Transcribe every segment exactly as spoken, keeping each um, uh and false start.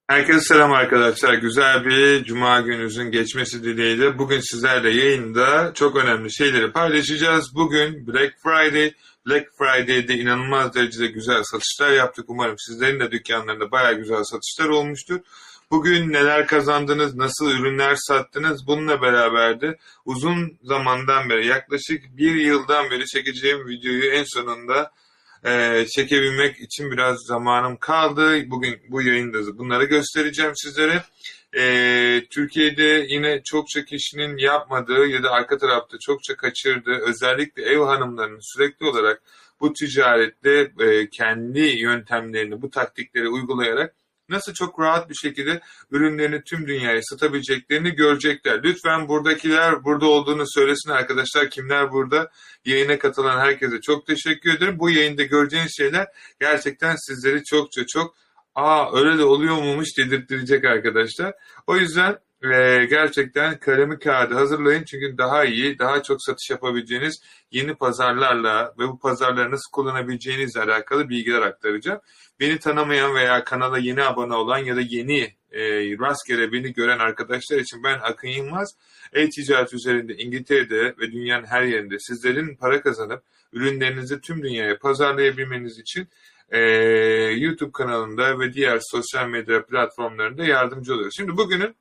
Herkese selam arkadaşlar. Güzel bir cuma gününüzün geçmesi dileğiyle bugün sizlerle yayında çok önemli şeyleri paylaşacağız. Bugün Black Friday. Black Friday'de inanılmaz derecede güzel satışlar yaptık. Umarım sizlerin de dükkanlarında bayağı güzel satışlar olmuştur. Bugün neler kazandınız, nasıl ürünler sattınız, bununla beraber de uzun zamandan beri, yaklaşık bir yıldan beri çekeceğim videoyu en sonunda Ee, çekebilmek için biraz zamanım kaldı. Bugün bu yayında bunları göstereceğim sizlere. Ee, Türkiye'de yine çokça kişinin yapmadığı ya da arka tarafta çokça kaçırdığı, özellikle ev hanımlarının sürekli olarak bu ticarette e, kendi yöntemlerini, bu taktikleri uygulayarak nasıl çok rahat bir şekilde ürünlerini tüm dünyaya satabileceklerini görecekler. Lütfen buradakiler burada olduğunu söylesin arkadaşlar. Kimler burada? Yayına katılan herkese çok teşekkür ederim. Bu yayında göreceğiniz şeyler gerçekten sizleri çokça çok aa öyle de oluyor muymuş dedirttirecek arkadaşlar. O yüzden e, gerçekten kalemi kağıdı hazırlayın. Çünkü daha iyi, daha çok satış yapabileceğiniz yeni pazarlarla ve bu pazarları nasıl kullanabileceğinizle alakalı bilgiler aktaracağım. Beni tanımayan veya kanala yeni abone olan ya da yeni e, rastgele beni gören arkadaşlar için ben Akın Yılmaz. E-ticaret üzerinde İngiltere'de ve dünyanın her yerinde sizlerin para kazanıp ürünlerinizi tüm dünyaya pazarlayabilmeniz için e, YouTube kanalında ve diğer sosyal medya platformlarında yardımcı oluyoruz. Şimdi bugünün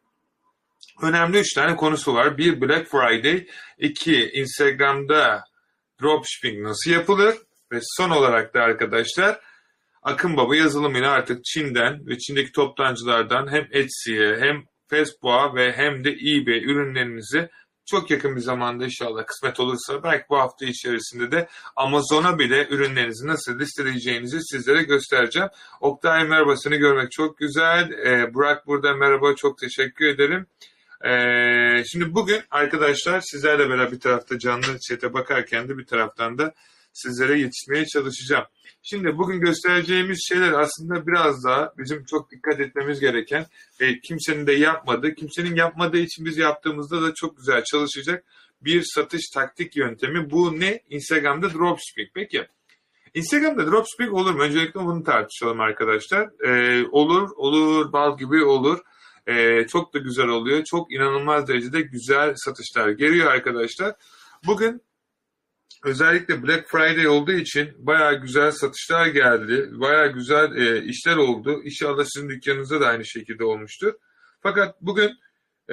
önemli üç tane konusu var. Bir, Black Friday. İki, Instagram'da dropshipping nasıl yapılır? Ve son olarak da arkadaşlar Akın Baba yazılımıyla artık Çin'den ve Çin'deki toptancılardan hem Etsy'ye hem Facebook'a ve hem de eBay ürünlerinizi çok yakın bir zamanda inşallah kısmet olursa belki bu hafta içerisinde de Amazon'a bile ürünlerinizi nasıl listeleyeceğinizi sizlere göstereceğim. Oktay merhaba, seni görmek çok güzel. Ee, Burak burada, merhaba, çok teşekkür ederim. Ee, şimdi bugün arkadaşlar sizlerle beraber bir tarafta canlı chat'e bakarken de bir taraftan da sizlere yetişmeye çalışacağım. Şimdi bugün göstereceğimiz şeyler aslında biraz daha bizim çok dikkat etmemiz gereken ve kimsenin de yapmadığı, kimsenin yapmadığı için biz yaptığımızda da çok güzel çalışacak bir satış taktik yöntemi. Bu ne? Instagram'da dropshipping. Peki Instagram'da dropshipping olur mu? Öncelikle bunu tartışalım arkadaşlar. Ee, olur, olur, bal gibi olur. Ee, çok da güzel oluyor. Çok inanılmaz derecede güzel satışlar geliyor arkadaşlar. Bugün özellikle Black Friday olduğu için bayağı güzel satışlar geldi. Bayağı güzel e, işler oldu. İnşallah sizin dükkanınızda da aynı şekilde olmuştur. Fakat bugün e,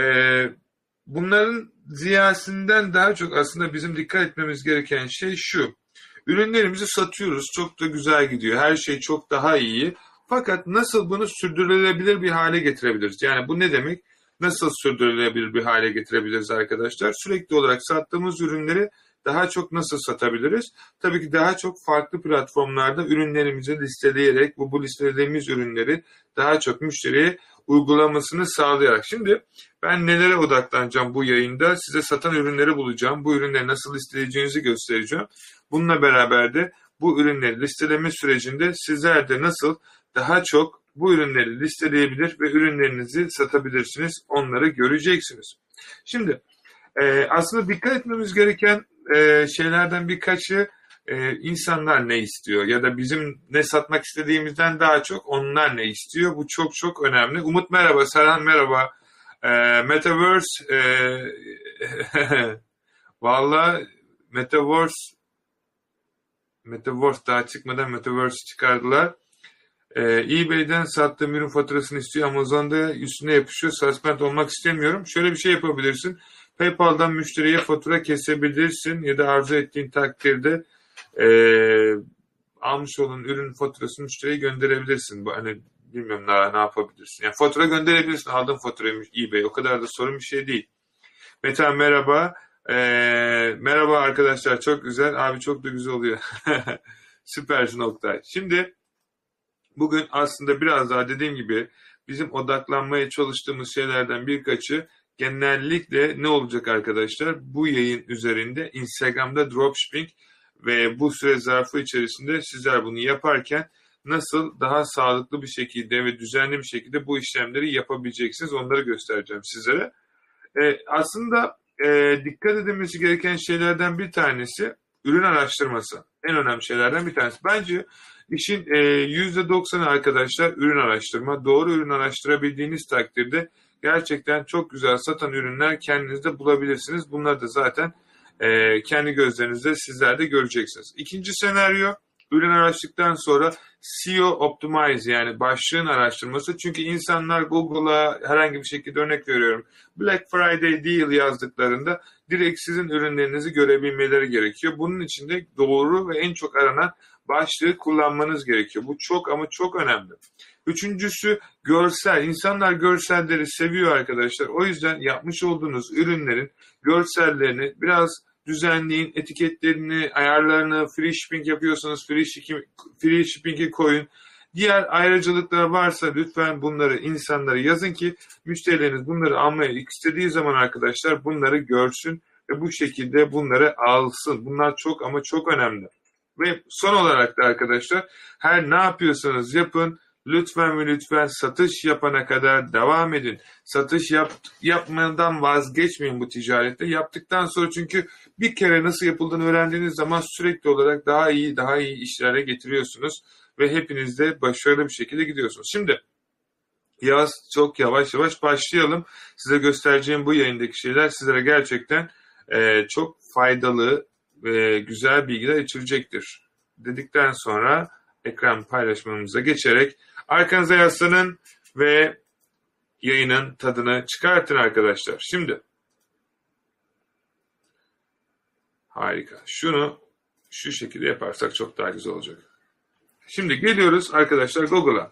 bunların ziyasinden daha çok aslında bizim dikkat etmemiz gereken şey şu. Ürünlerimizi satıyoruz. Çok da güzel gidiyor. Her şey çok daha iyi. Fakat nasıl bunu sürdürülebilir bir hale getirebiliriz? Yani bu ne demek? Nasıl sürdürülebilir bir hale getirebiliriz arkadaşlar? Sürekli olarak sattığımız ürünleri daha çok nasıl satabiliriz? Tabii ki daha çok farklı platformlarda ürünlerimizi listeleyerek bu, bu listelediğimiz ürünleri daha çok müşteriye uygulamasını sağlayarak. Şimdi ben nelere odaklanacağım bu yayında? Size satan ürünleri bulacağım. Bu ürünleri nasıl listeleyeceğinizi göstereceğim. Bununla beraber de bu ürünleri listeleme sürecinde sizler de nasıl daha çok bu ürünleri listeleyebilir ve ürünlerinizi satabilirsiniz. Onları göreceksiniz. Şimdi e, aslında dikkat etmemiz gereken e, şeylerden birkaçı e, insanlar ne istiyor ya da bizim ne satmak istediğimizden daha çok onlar ne istiyor. Bu çok çok önemli. Umut merhaba, Serhan merhaba. E, Metaverse e, valla Metaverse Metaverse daha çıkmadan Metaverse çıkardılar. Ee, eBay'den sattığım ürün faturasını istiyor. Amazon'da üstüne yapışıyor. Suspend olmak istemiyorum. Şöyle bir şey yapabilirsin. PayPal'dan müşteriye fatura kesebilirsin ya da arzu ettiğin takdirde e, almış olan ürün faturasını müşteriye gönderebilirsin. Bu hani bilmiyorum ne, ne yapabilirsin. Yani fatura gönderebilirsin. Aldığın faturayı eBay. O kadar da sorun bir şey değil. Meta merhaba. Ee, merhaba arkadaşlar. Çok güzel. Abi çok da güzel oluyor. Süpersin Oktay. Şimdi bugün aslında biraz daha dediğim gibi bizim odaklanmaya çalıştığımız şeylerden birkaçı genellikle ne olacak arkadaşlar? Bu yayın üzerinde Instagram'da dropshipping ve bu süre zarfı içerisinde sizler bunu yaparken nasıl daha sağlıklı bir şekilde ve düzenli bir şekilde bu işlemleri yapabileceksiniz, onları göstereceğim sizlere. Ee, aslında e, dikkat edilmesi gereken şeylerden bir tanesi ürün araştırması. En önemli şeylerden bir tanesi. Bence İşin e, yüzde doksanı arkadaşlar ürün araştırma. Doğru ürün araştırabildiğiniz takdirde gerçekten çok güzel satan ürünler kendinizde bulabilirsiniz. Bunları da zaten e, kendi gözlerinizle sizler de göreceksiniz. İkinci senaryo, ürün araştırdıktan sonra S E O Optimize, yani başlığın araştırması. Çünkü insanlar Google'a herhangi bir şekilde, örnek veriyorum, Black Friday Deal yazdıklarında direkt sizin ürünlerinizi görebilmeleri gerekiyor. Bunun için de doğru ve en çok aranan başlığı kullanmanız gerekiyor. Bu çok ama çok önemli. Üçüncüsü görsel. İnsanlar görselleri seviyor arkadaşlar. O yüzden yapmış olduğunuz ürünlerin görsellerini biraz düzenleyin, etiketlerini, ayarlarını, free shipping yapıyorsanız free shipping, free shipping'i koyun. Diğer ayrıcalıklar varsa lütfen bunları insanlara yazın ki müşterileriniz bunları almaya istediği zaman arkadaşlar bunları görsün ve bu şekilde bunları alsın. Bunlar çok ama çok önemli. Ve son olarak da arkadaşlar, her ne yapıyorsanız yapın, lütfen ve lütfen satış yapana kadar devam edin. Satış yap, yapmadan vazgeçmeyin bu ticarette. Yaptıktan sonra, çünkü bir kere nasıl yapıldığını öğrendiğiniz zaman sürekli olarak daha iyi, daha iyi işlere getiriyorsunuz ve hepiniz de başarılı bir şekilde gidiyorsunuz. Şimdi yaz çok yavaş yavaş başlayalım. Size göstereceğim bu yayındaki şeyler sizlere gerçekten e, çok faydalı ve güzel bilgiler içerecektir. Dedikten sonra ekran paylaşmamıza geçerek arkanıza yaslanın ve yayının tadını çıkartın arkadaşlar. Şimdi harika. Şunu şu şekilde yaparsak çok daha güzel olacak. Şimdi geliyoruz arkadaşlar Google'a.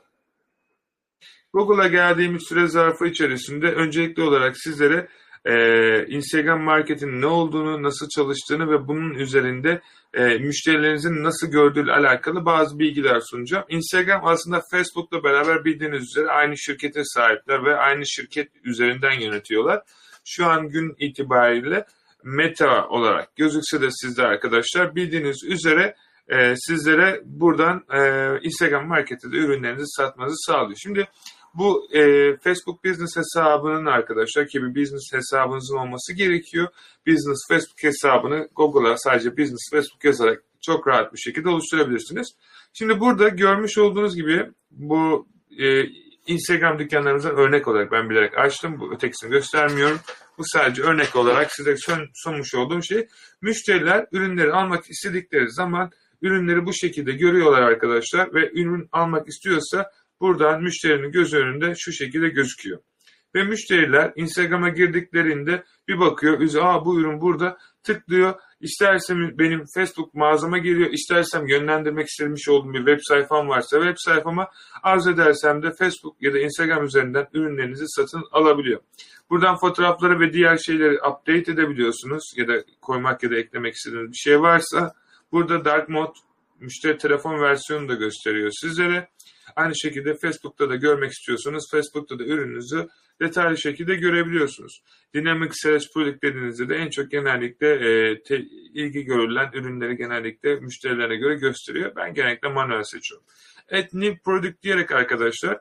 Google'a geldiğimiz süre zarfı içerisinde öncelikli olarak sizlere Ee, Instagram Market'in ne olduğunu, nasıl çalıştığını ve bunun üzerinde e, müşterilerinizin nasıl gördüğüyle alakalı bazı bilgiler sunacağım. Instagram aslında Facebook'la beraber bildiğiniz üzere aynı şirkete sahipler ve aynı şirket üzerinden yönetiyorlar. Şu an gün itibariyle Meta olarak gözükse de sizde arkadaşlar bildiğiniz üzere e, sizlere buradan e, Instagram Market'te de ürünlerinizi satmanızı sağlıyor. Şimdi bu e, Facebook Business hesabının arkadaşlar ki bir business hesabınızın olması gerekiyor. Business Facebook hesabını Google'a sadece Business Facebook yazarak çok rahat bir şekilde oluşturabilirsiniz. Şimdi burada görmüş olduğunuz gibi bu e, Instagram dükkanlarımızdan örnek olarak ben bilerek açtım. Bu ötekisini göstermiyorum. Bu sadece örnek olarak size sunmuş olduğum şey. Müşteriler ürünleri almak istedikleri zaman ürünleri bu şekilde görüyorlar arkadaşlar ve ürün almak istiyorsa buradan müşterinin göz önünde şu şekilde gözüküyor. Ve müşteriler Instagram'a girdiklerinde bir bakıyor, aa bu ürün burada, tıklıyor. İstersem benim Facebook mağazama geliyor, istersem yönlendirmek istemiş olduğum bir web sayfam varsa web sayfama, arzu edersem de Facebook ya da Instagram üzerinden ürünlerinizi satın alabiliyor. Buradan fotoğrafları ve diğer şeyleri update edebiliyorsunuz ya da koymak ya da eklemek istediğiniz bir şey varsa. Burada Dark Mode müşteri telefon versiyonu da gösteriyor sizlere. Aynı şekilde Facebook'ta da görmek istiyorsanız Facebook'ta da ürününüzü detaylı şekilde görebiliyorsunuz. Dynamic Search Product dediğinizde de en çok genellikle e, te, ilgi görülen ürünleri genellikle müşterilerine göre gösteriyor. Ben genellikle manuel seçiyorum. Add New Product diyerek arkadaşlar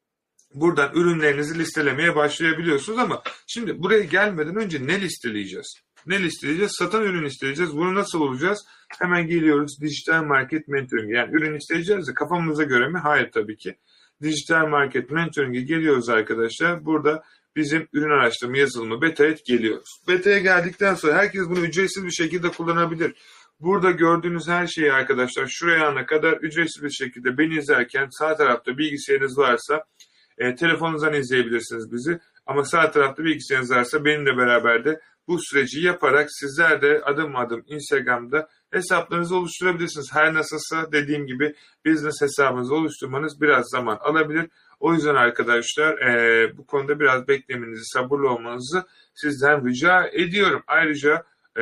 buradan ürünlerinizi listelemeye başlayabiliyorsunuz ama şimdi buraya gelmeden önce ne listeleyeceğiz? Ne listeleyeceğiz? Satan ürün listeleyeceğiz. Bunu nasıl olacağız? Hemen geliyoruz Dijital Market Mentoring. Yani ürün listeleyeceğiz de kafamıza göre mi? Hayır tabii ki. Dijital Market Mentoring'e geliyoruz arkadaşlar. Burada bizim ürün araştırma yazılımı Beta'ya geliyoruz. Beta'ya geldikten sonra herkes bunu ücretsiz bir şekilde kullanabilir. Burada gördüğünüz her şeyi arkadaşlar şuraya ana kadar ücretsiz bir şekilde beni izlerken sağ tarafta bilgisayarınız varsa e, telefonunuzdan izleyebilirsiniz bizi. Ama sağ tarafta bilgisayarınız varsa benimle beraber de bu süreci yaparak sizler de adım adım Instagram'da hesaplarınızı oluşturabilirsiniz. Her nasılsa dediğim gibi business hesabınızı oluşturmanız biraz zaman alabilir. O yüzden arkadaşlar e, bu konuda biraz beklemenizi, sabırlı olmanızı sizden rica ediyorum. Ayrıca e,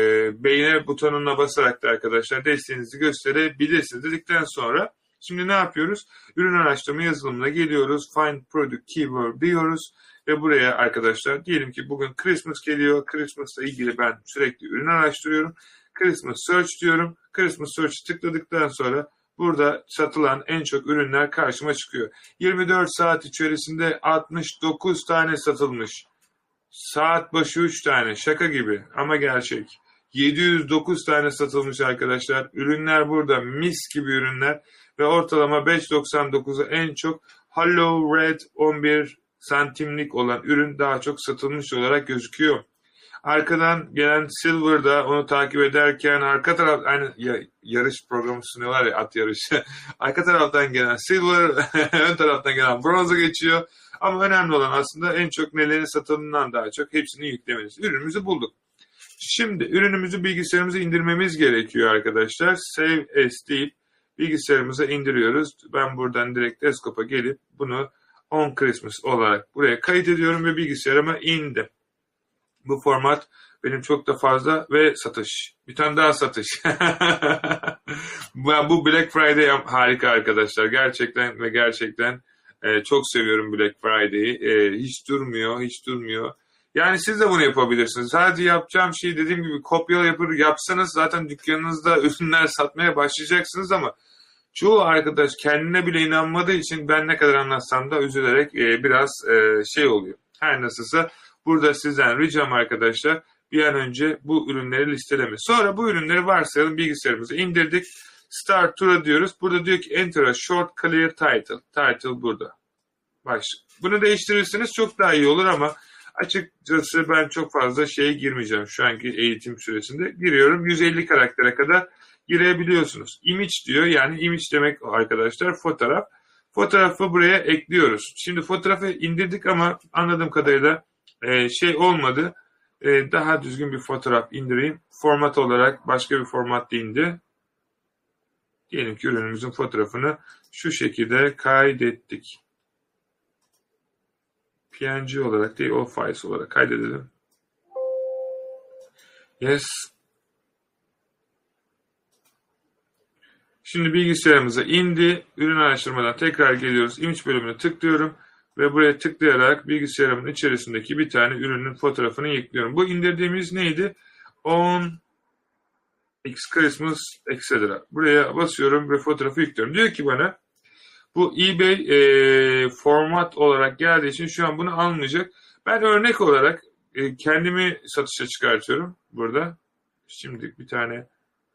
beğeni butonuna basarak da arkadaşlar desteğinizi gösterebilirsiniz dedikten sonra şimdi ne yapıyoruz? Ürün araştırma yazılımına geliyoruz. Find Product Keyword diyoruz. Ve buraya arkadaşlar diyelim ki bugün Christmas geliyor. Christmas'la ilgili ben sürekli ürün araştırıyorum. Christmas Search diyorum. Christmas Search'ı tıkladıktan sonra burada satılan en çok ürünler karşıma çıkıyor. yirmi dört saat içerisinde altmış dokuz tane satılmış. Saat başı üç tane. Şaka gibi ama gerçek. yedi yüz dokuz tane satılmış arkadaşlar. Ürünler burada mis gibi ürünler ve ortalama beş doksan dokuza en çok Hollow Red on bir santimlik olan ürün daha çok satılmış olarak gözüküyor. Arkadan gelen Silver'da onu takip ederken arka taraf aynı yarış programı sunuyorlar ya, at yarışı. Arka taraftan gelen Silver, ön taraftan gelen Bronze'a geçiyor. Ama önemli olan aslında en çok nelerin satıldığından daha çok hepsini yüklemeniz. Ürünümüzü bulduk. Şimdi ürünümüzü bilgisayarımıza indirmemiz gerekiyor arkadaşlar. Save as deyip bilgisayarımıza indiriyoruz. Ben buradan direkt desktopa gelip bunu On Christmas olarak buraya kayıt ediyorum ve bilgisayarıma indi. Bu format benim çok da fazla ve satış. Bir tane daha satış. Bu Black Friday harika arkadaşlar. Gerçekten ve gerçekten e, çok seviyorum Black Friday'i. E, hiç durmuyor, hiç durmuyor. Yani siz de bunu yapabilirsiniz. Sadece yapacağım şey dediğim gibi kopyala yapır yapsanız zaten dükkanınızda ürünler satmaya başlayacaksınız ama çoğu arkadaş kendine bile inanmadığı için ben ne kadar anlatsam da üzülerek e, biraz e, şey oluyor. Her nasılsa burada sizden ricam arkadaşlar bir an önce bu ürünleri listeleme. Sonra bu ürünleri varsayalım bilgisayarımıza indirdik. Start Tour'a diyoruz. Burada diyor ki Enter a short clear title. Title burada. Başlık. Bunu değiştirirseniz çok daha iyi olur ama açıkçası ben çok fazla şeye girmeyeceğim. Şu anki eğitim süresinde giriyorum. yüz elli karaktere kadar girebiliyorsunuz. Image diyor. Yani image demek arkadaşlar fotoğraf. Fotoğrafı buraya ekliyoruz. Şimdi fotoğrafı indirdik ama anladığım kadarıyla e, şey olmadı. E, daha düzgün bir fotoğraf indireyim. Format olarak başka bir format indi. Diyelim ki ürünümüzün fotoğrafını şu şekilde kaydettik. P N G olarak değil, o files olarak kaydedelim. Yes. Şimdi bilgisayarımıza indi. Ürün araştırmadan tekrar geliyoruz. Image bölümüne tıklıyorum. Ve buraya tıklayarak bilgisayarımın içerisindeki bir tane ürünün fotoğrafını yüklüyorum. Bu indirdiğimiz neydi? On X Christmas et cetera. Buraya basıyorum ve fotoğrafı yüklüyorum. Diyor ki bana bu eBay e, format olarak geldiği için şu an bunu almayacak. Ben örnek olarak e, kendimi satışa çıkartıyorum burada. Şimdi bir tane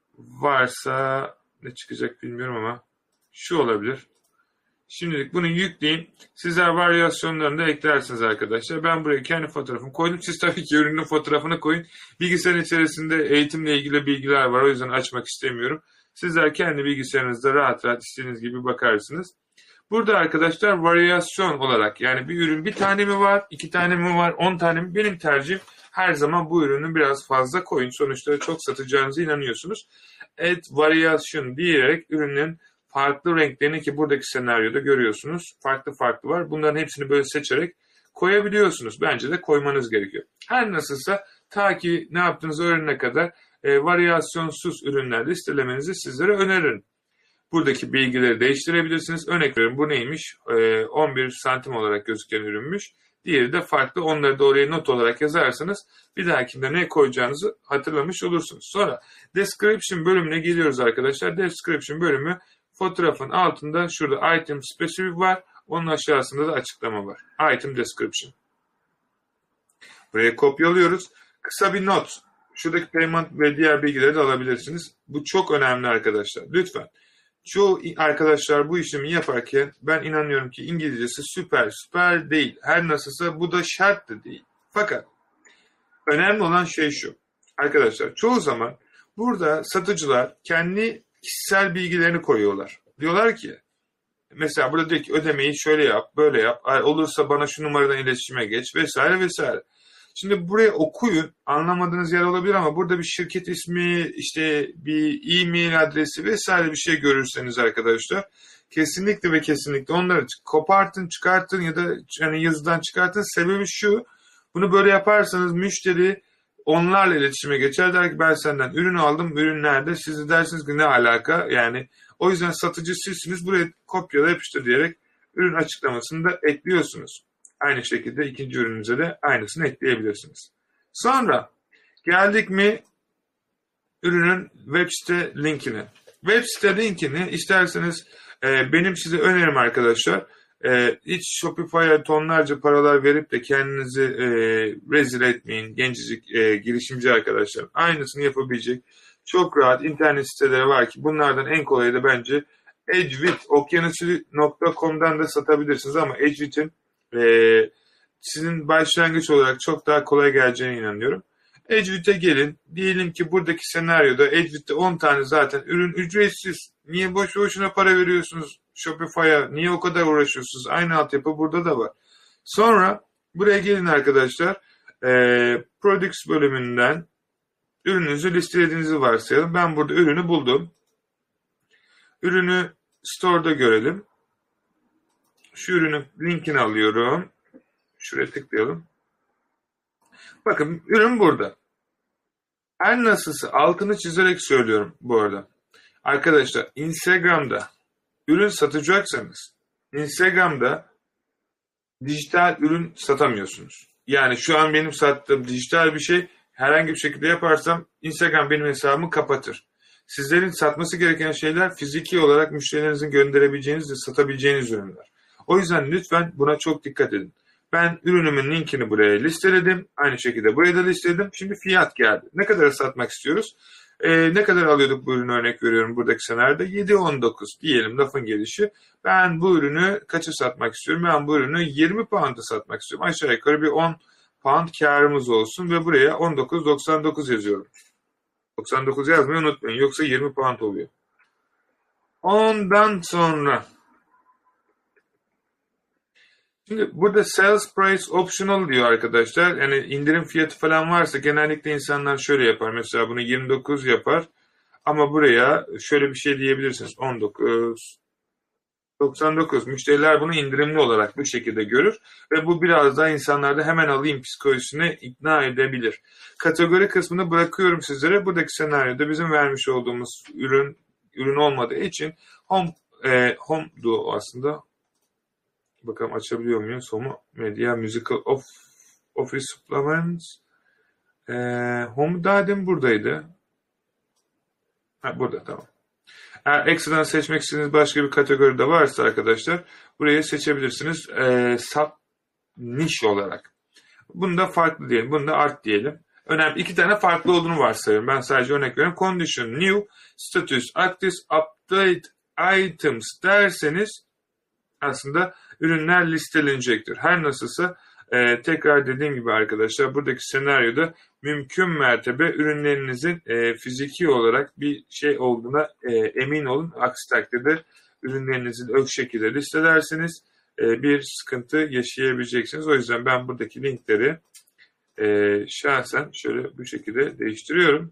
varsa ne çıkacak bilmiyorum ama şu olabilir. Şimdilik bunu yükleyin. Sizler varyasyonlarını da eklersiniz arkadaşlar. Ben buraya kendi fotoğrafımı koydum. Siz tabii ki ürünün fotoğrafını koyun. Bilgisayarın içerisinde eğitimle ilgili bilgiler var. O yüzden açmak istemiyorum. Sizler kendi bilgisayarınızda rahat rahat istediğiniz gibi bakarsınız. Burada arkadaşlar varyasyon olarak yani bir ürün bir tane mi var, iki tane mi var, on tane mi? Benim tercihim her zaman bu ürünü biraz fazla koyun. Sonuçta çok satacağınıza inanıyorsunuz. Add variation diyerek ürünün farklı renklerini ki buradaki senaryoda görüyorsunuz. Farklı farklı var. Bunların hepsini böyle seçerek koyabiliyorsunuz. Bence de koymanız gerekiyor. Her nasılsa ta ki ne yaptığınızı öğrenene kadar e, varyasyonsuz ürünler listelemenizi sizlere öneririm. Buradaki bilgileri değiştirebilirsiniz. Örnek veriyorum bu neymiş? E, on bir santim olarak gözüken ürünmüş. Diğeri de farklı. Onları da oraya not olarak yazarsanız bir dahakinde ne koyacağınızı hatırlamış olursunuz. Sonra description bölümüne geliyoruz arkadaşlar. Description bölümü fotoğrafın altında şurada item specific var. Onun aşağısında da açıklama var. Item description. Buraya kopyalıyoruz. Kısa bir not. Şuradaki payment ve diğer bilgileri de alabilirsiniz. Bu çok önemli arkadaşlar. Lütfen. Çoğu arkadaşlar bu işlemi yaparken ben inanıyorum ki İngilizcesi süper süper değil. Her nasılsa bu da şart da değil. Fakat önemli olan şey şu. Arkadaşlar çoğu zaman burada satıcılar kendi kişisel bilgilerini koyuyorlar. Diyorlar ki mesela burada diyor ki ödemeyi şöyle yap, böyle yap. Olursa bana şu numaradan iletişime geç vesaire vesaire. Şimdi buraya okuyun. Anlamadığınız yer olabilir ama burada bir şirket ismi, işte bir e-mail adresi vesaire bir şey görürseniz arkadaşlar kesinlikle ve kesinlikle onları kopartın, çıkartın ya da yani yazıdan çıkartın. Sebebi şu. Bunu böyle yaparsanız müşteri onlarla iletişime geçer, der ki ben senden ürün aldım, ürün nerede? Siz de dersiniz ki ne alaka? Yani o yüzden satıcı sizsiniz, buraya kopyala yapıştır diyerek ürün açıklamasını da ekliyorsunuz. Aynı şekilde ikinci ürününüze de aynısını ekleyebilirsiniz. Sonra geldik mi ürünün web site linkine. Web site linkini isterseniz e, benim size önerim arkadaşlar. Ee, hiç Shopify'a tonlarca paralar verip de kendinizi e, rezil etmeyin gencecik e, girişimci arkadaşlar. Aynısını yapabilecek çok rahat internet siteleri var ki bunlardan en kolayı da bence Edgewit. okyanusu nokta com'dan da satabilirsiniz ama Edgewit'in e, sizin başlangıç olarak çok daha kolay geleceğine inanıyorum. Edgewit'e gelin. Diyelim ki buradaki senaryoda Edgewit'te on tane zaten ürün ücretsiz. Niye boş boşuna para veriyorsunuz Shopify'a? Niye o kadar uğraşıyorsunuz? Aynı altyapı burada da var. Sonra buraya gelin arkadaşlar. E, Products bölümünden ürününüzü listelediğinizi varsayalım. Ben burada ürünü buldum. Ürünü store'da görelim. Şu ürünün linkini alıyorum. Şuraya tıklayalım. Bakın ürün burada. Her nasılsa altını çizerek söylüyorum bu arada. Arkadaşlar Instagram'da ürün satacaksanız Instagram'da dijital ürün satamıyorsunuz. Yani şu an benim sattığım dijital bir şey herhangi bir şekilde yaparsam Instagram benim hesabımı kapatır. Sizlerin satması gereken şeyler fiziki olarak müşterilerinizin gönderebileceğiniz ve satabileceğiniz ürünler. O yüzden lütfen buna çok dikkat edin. Ben ürünümün linkini buraya listeledim. Aynı şekilde buraya da listeledim. Şimdi fiyat geldi. Ne kadara satmak istiyoruz? Ee, ne kadar alıyorduk bu ürünü örnek veriyorum buradaki senaryoda? yedi on dokuz diyelim lafın gelişi. Ben bu ürünü kaça satmak istiyorum? Ben bu ürünü yirmi pound'a satmak istiyorum. Aşağı yukarı bir on pound karımız olsun ve buraya on dokuz doksan dokuz yazıyorum. doksan dokuz yazmayı unutmayın. Yoksa yirmi pound oluyor. Ondan sonra şimdi burada sales price optional diyor arkadaşlar. Yani indirim fiyatı falan varsa genellikle insanlar şöyle yapar. Mesela bunu yirmi dokuz yapar. Ama buraya şöyle bir şey diyebilirsiniz. on dokuz doksan dokuz. Müşteriler bunu indirimli olarak bu şekilde görür. Ve bu biraz daha insanlarda hemen alayım psikolojisine ikna edebilir. Kategori kısmını bırakıyorum sizlere. Buradaki senaryoda bizim vermiş olduğumuz ürün ürün olmadığı için home, e, home'du aslında. Bakalım açabiliyor muyuz? Home Media Musical of, Office Supplements. Ee, Home daha demin buradaydı. Ha, burada tamam. Eğer ekstradan seçmek istediğiniz başka bir kategori de varsa arkadaşlar burayı seçebilirsiniz. Ee, sub niş olarak. Bunu da farklı diyelim. Bunu da art diyelim. Önemli. iki tane farklı olduğunu varsayıyorum. Ben sadece örnek veriyorum. Condition, New, Status, Active, Update, Items derseniz aslında ürünler listelenecektir. Her nasılsa e, tekrar dediğim gibi arkadaşlar buradaki senaryoda mümkün mertebe ürünlerinizin e, fiziki olarak bir şey olduğuna e, emin olun. Aksi takdirde ürünlerinizi o şekilde listelerseniz e, bir sıkıntı yaşayabileceksiniz. O yüzden ben buradaki linkleri e, şahsen şöyle bu şekilde değiştiriyorum.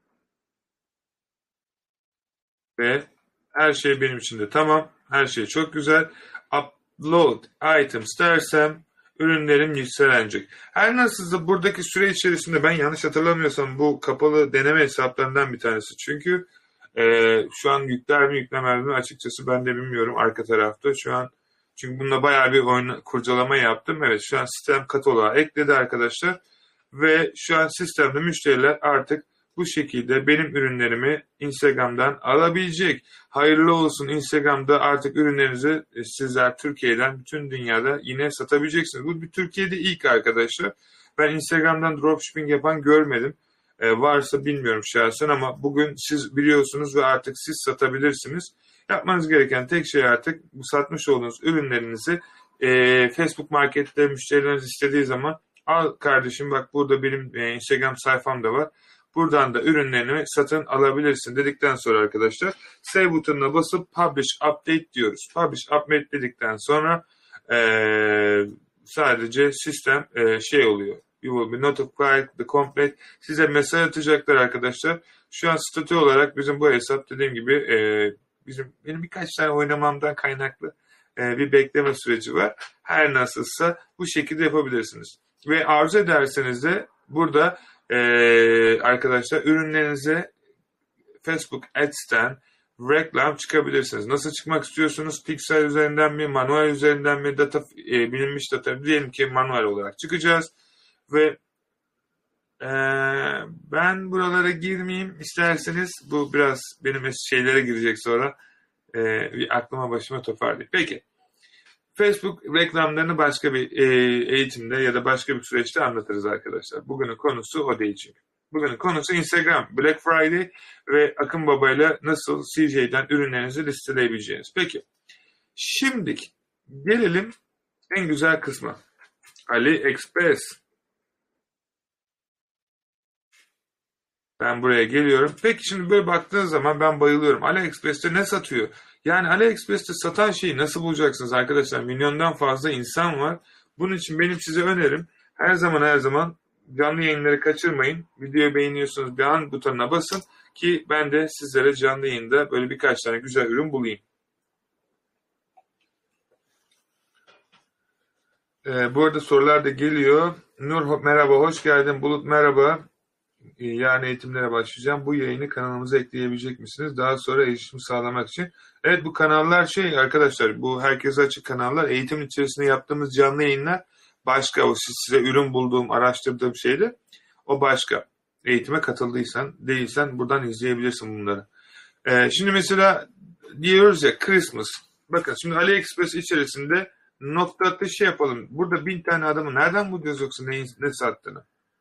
Ve her şey benim için de tamam. Her şey çok güzel. Upload items dersem ürünlerim yükselecek. Her nasılsa buradaki süre içerisinde ben yanlış hatırlamıyorsam bu kapalı deneme hesaplarından bir tanesi. Çünkü e, şu an yükler mi yüklemez mi açıkçası ben de bilmiyorum arka tarafta. Şu an çünkü bununla bayağı bir oyun, kurcalama yaptım. Evet şu an sistem kataloğa ekledi arkadaşlar. Ve şu an sistemde müşteriler artık bu şekilde benim ürünlerimi Instagram'dan alabilecek. Hayırlı olsun Instagram'da artık ürünlerinizi sizler Türkiye'den bütün dünyada yine satabileceksiniz. Bu bir Türkiye'de ilk arkadaşlar. Ben Instagram'dan dropshipping yapan görmedim. Ee, varsa bilmiyorum şahsen ama bugün siz biliyorsunuz ve artık siz satabilirsiniz. Yapmanız gereken tek şey artık bu satmış olduğunuz ürünlerinizi e, Facebook Market'te müşterileriniz istediği zaman al kardeşim bak burada benim e, Instagram sayfam da var. Buradan da ürünlerini satın alabilirsin dedikten sonra arkadaşlar save butonuna basıp publish update diyoruz. Publish update dedikten sonra e, sadece sistem e, şey oluyor. You will be notified the complete. Size mesaj atacaklar arkadaşlar. Şu an statü olarak bizim bu hesap dediğim gibi e, bizim benim birkaç tane oynamamdan kaynaklı e, bir bekleme süreci var. Her nasılsa bu şekilde yapabilirsiniz. Ve arzu ederseniz de burada Ee, arkadaşlar ürünlerinize Facebook Ads'ten reklam çıkabilirsiniz. Nasıl çıkmak istiyorsunuz? Pixel üzerinden mi, manuel üzerinden mi, data e, bilinmiş data diyelim ki manuel olarak çıkacağız ve e, ben buralara girmeyeyim isterseniz bu biraz benim şeylere girecek sonra e, bir aklıma başıma toparlayayım. Peki Facebook reklamlarını başka bir e, eğitimde ya da başka bir süreçte anlatırız arkadaşlar. Bugünün konusu o değil çünkü. Bugünün konusu Instagram, Black Friday ve Akın Baba ile nasıl C J'den ürünlerinizi listeleyebileceğiniz. Peki, şimdi gelelim en güzel kısma. AliExpress. Ben buraya geliyorum. Peki şimdi böyle baktığınız zaman ben bayılıyorum. AliExpress'te ne satıyor? Yani AliExpress'te satan şeyi nasıl bulacaksınız arkadaşlar? Milyondan fazla insan var. Bunun için benim size önerim her zaman her zaman canlı yayınları kaçırmayın. Videoyu beğeniyorsunuz, beğen butonuna basın ki ben de sizlere canlı yayında böyle birkaç tane güzel ürün bulayım. Ee, bu arada sorular da geliyor. Nur merhaba, hoş geldin. Bulut merhaba. Ee, yarın eğitimlere başlayacağım. Bu yayını kanalımıza ekleyebilecek misiniz? Daha sonra erişim sağlamak için. Evet, bu kanallar şey arkadaşlar, bu herkese açık kanallar. Eğitim içerisinde yaptığımız canlı yayınlar başka. O size ürün bulduğum, araştırdığım şeyde o başka. Eğitime katıldıysan, değilsen buradan izleyebilirsin bunları. Ee, şimdi mesela diyoruz ya Christmas. Bakın şimdi AliExpress içerisinde nokta atışı yapalım. Burada bin tane adamı nereden buluyoruz yoksa ne, ne sattığını?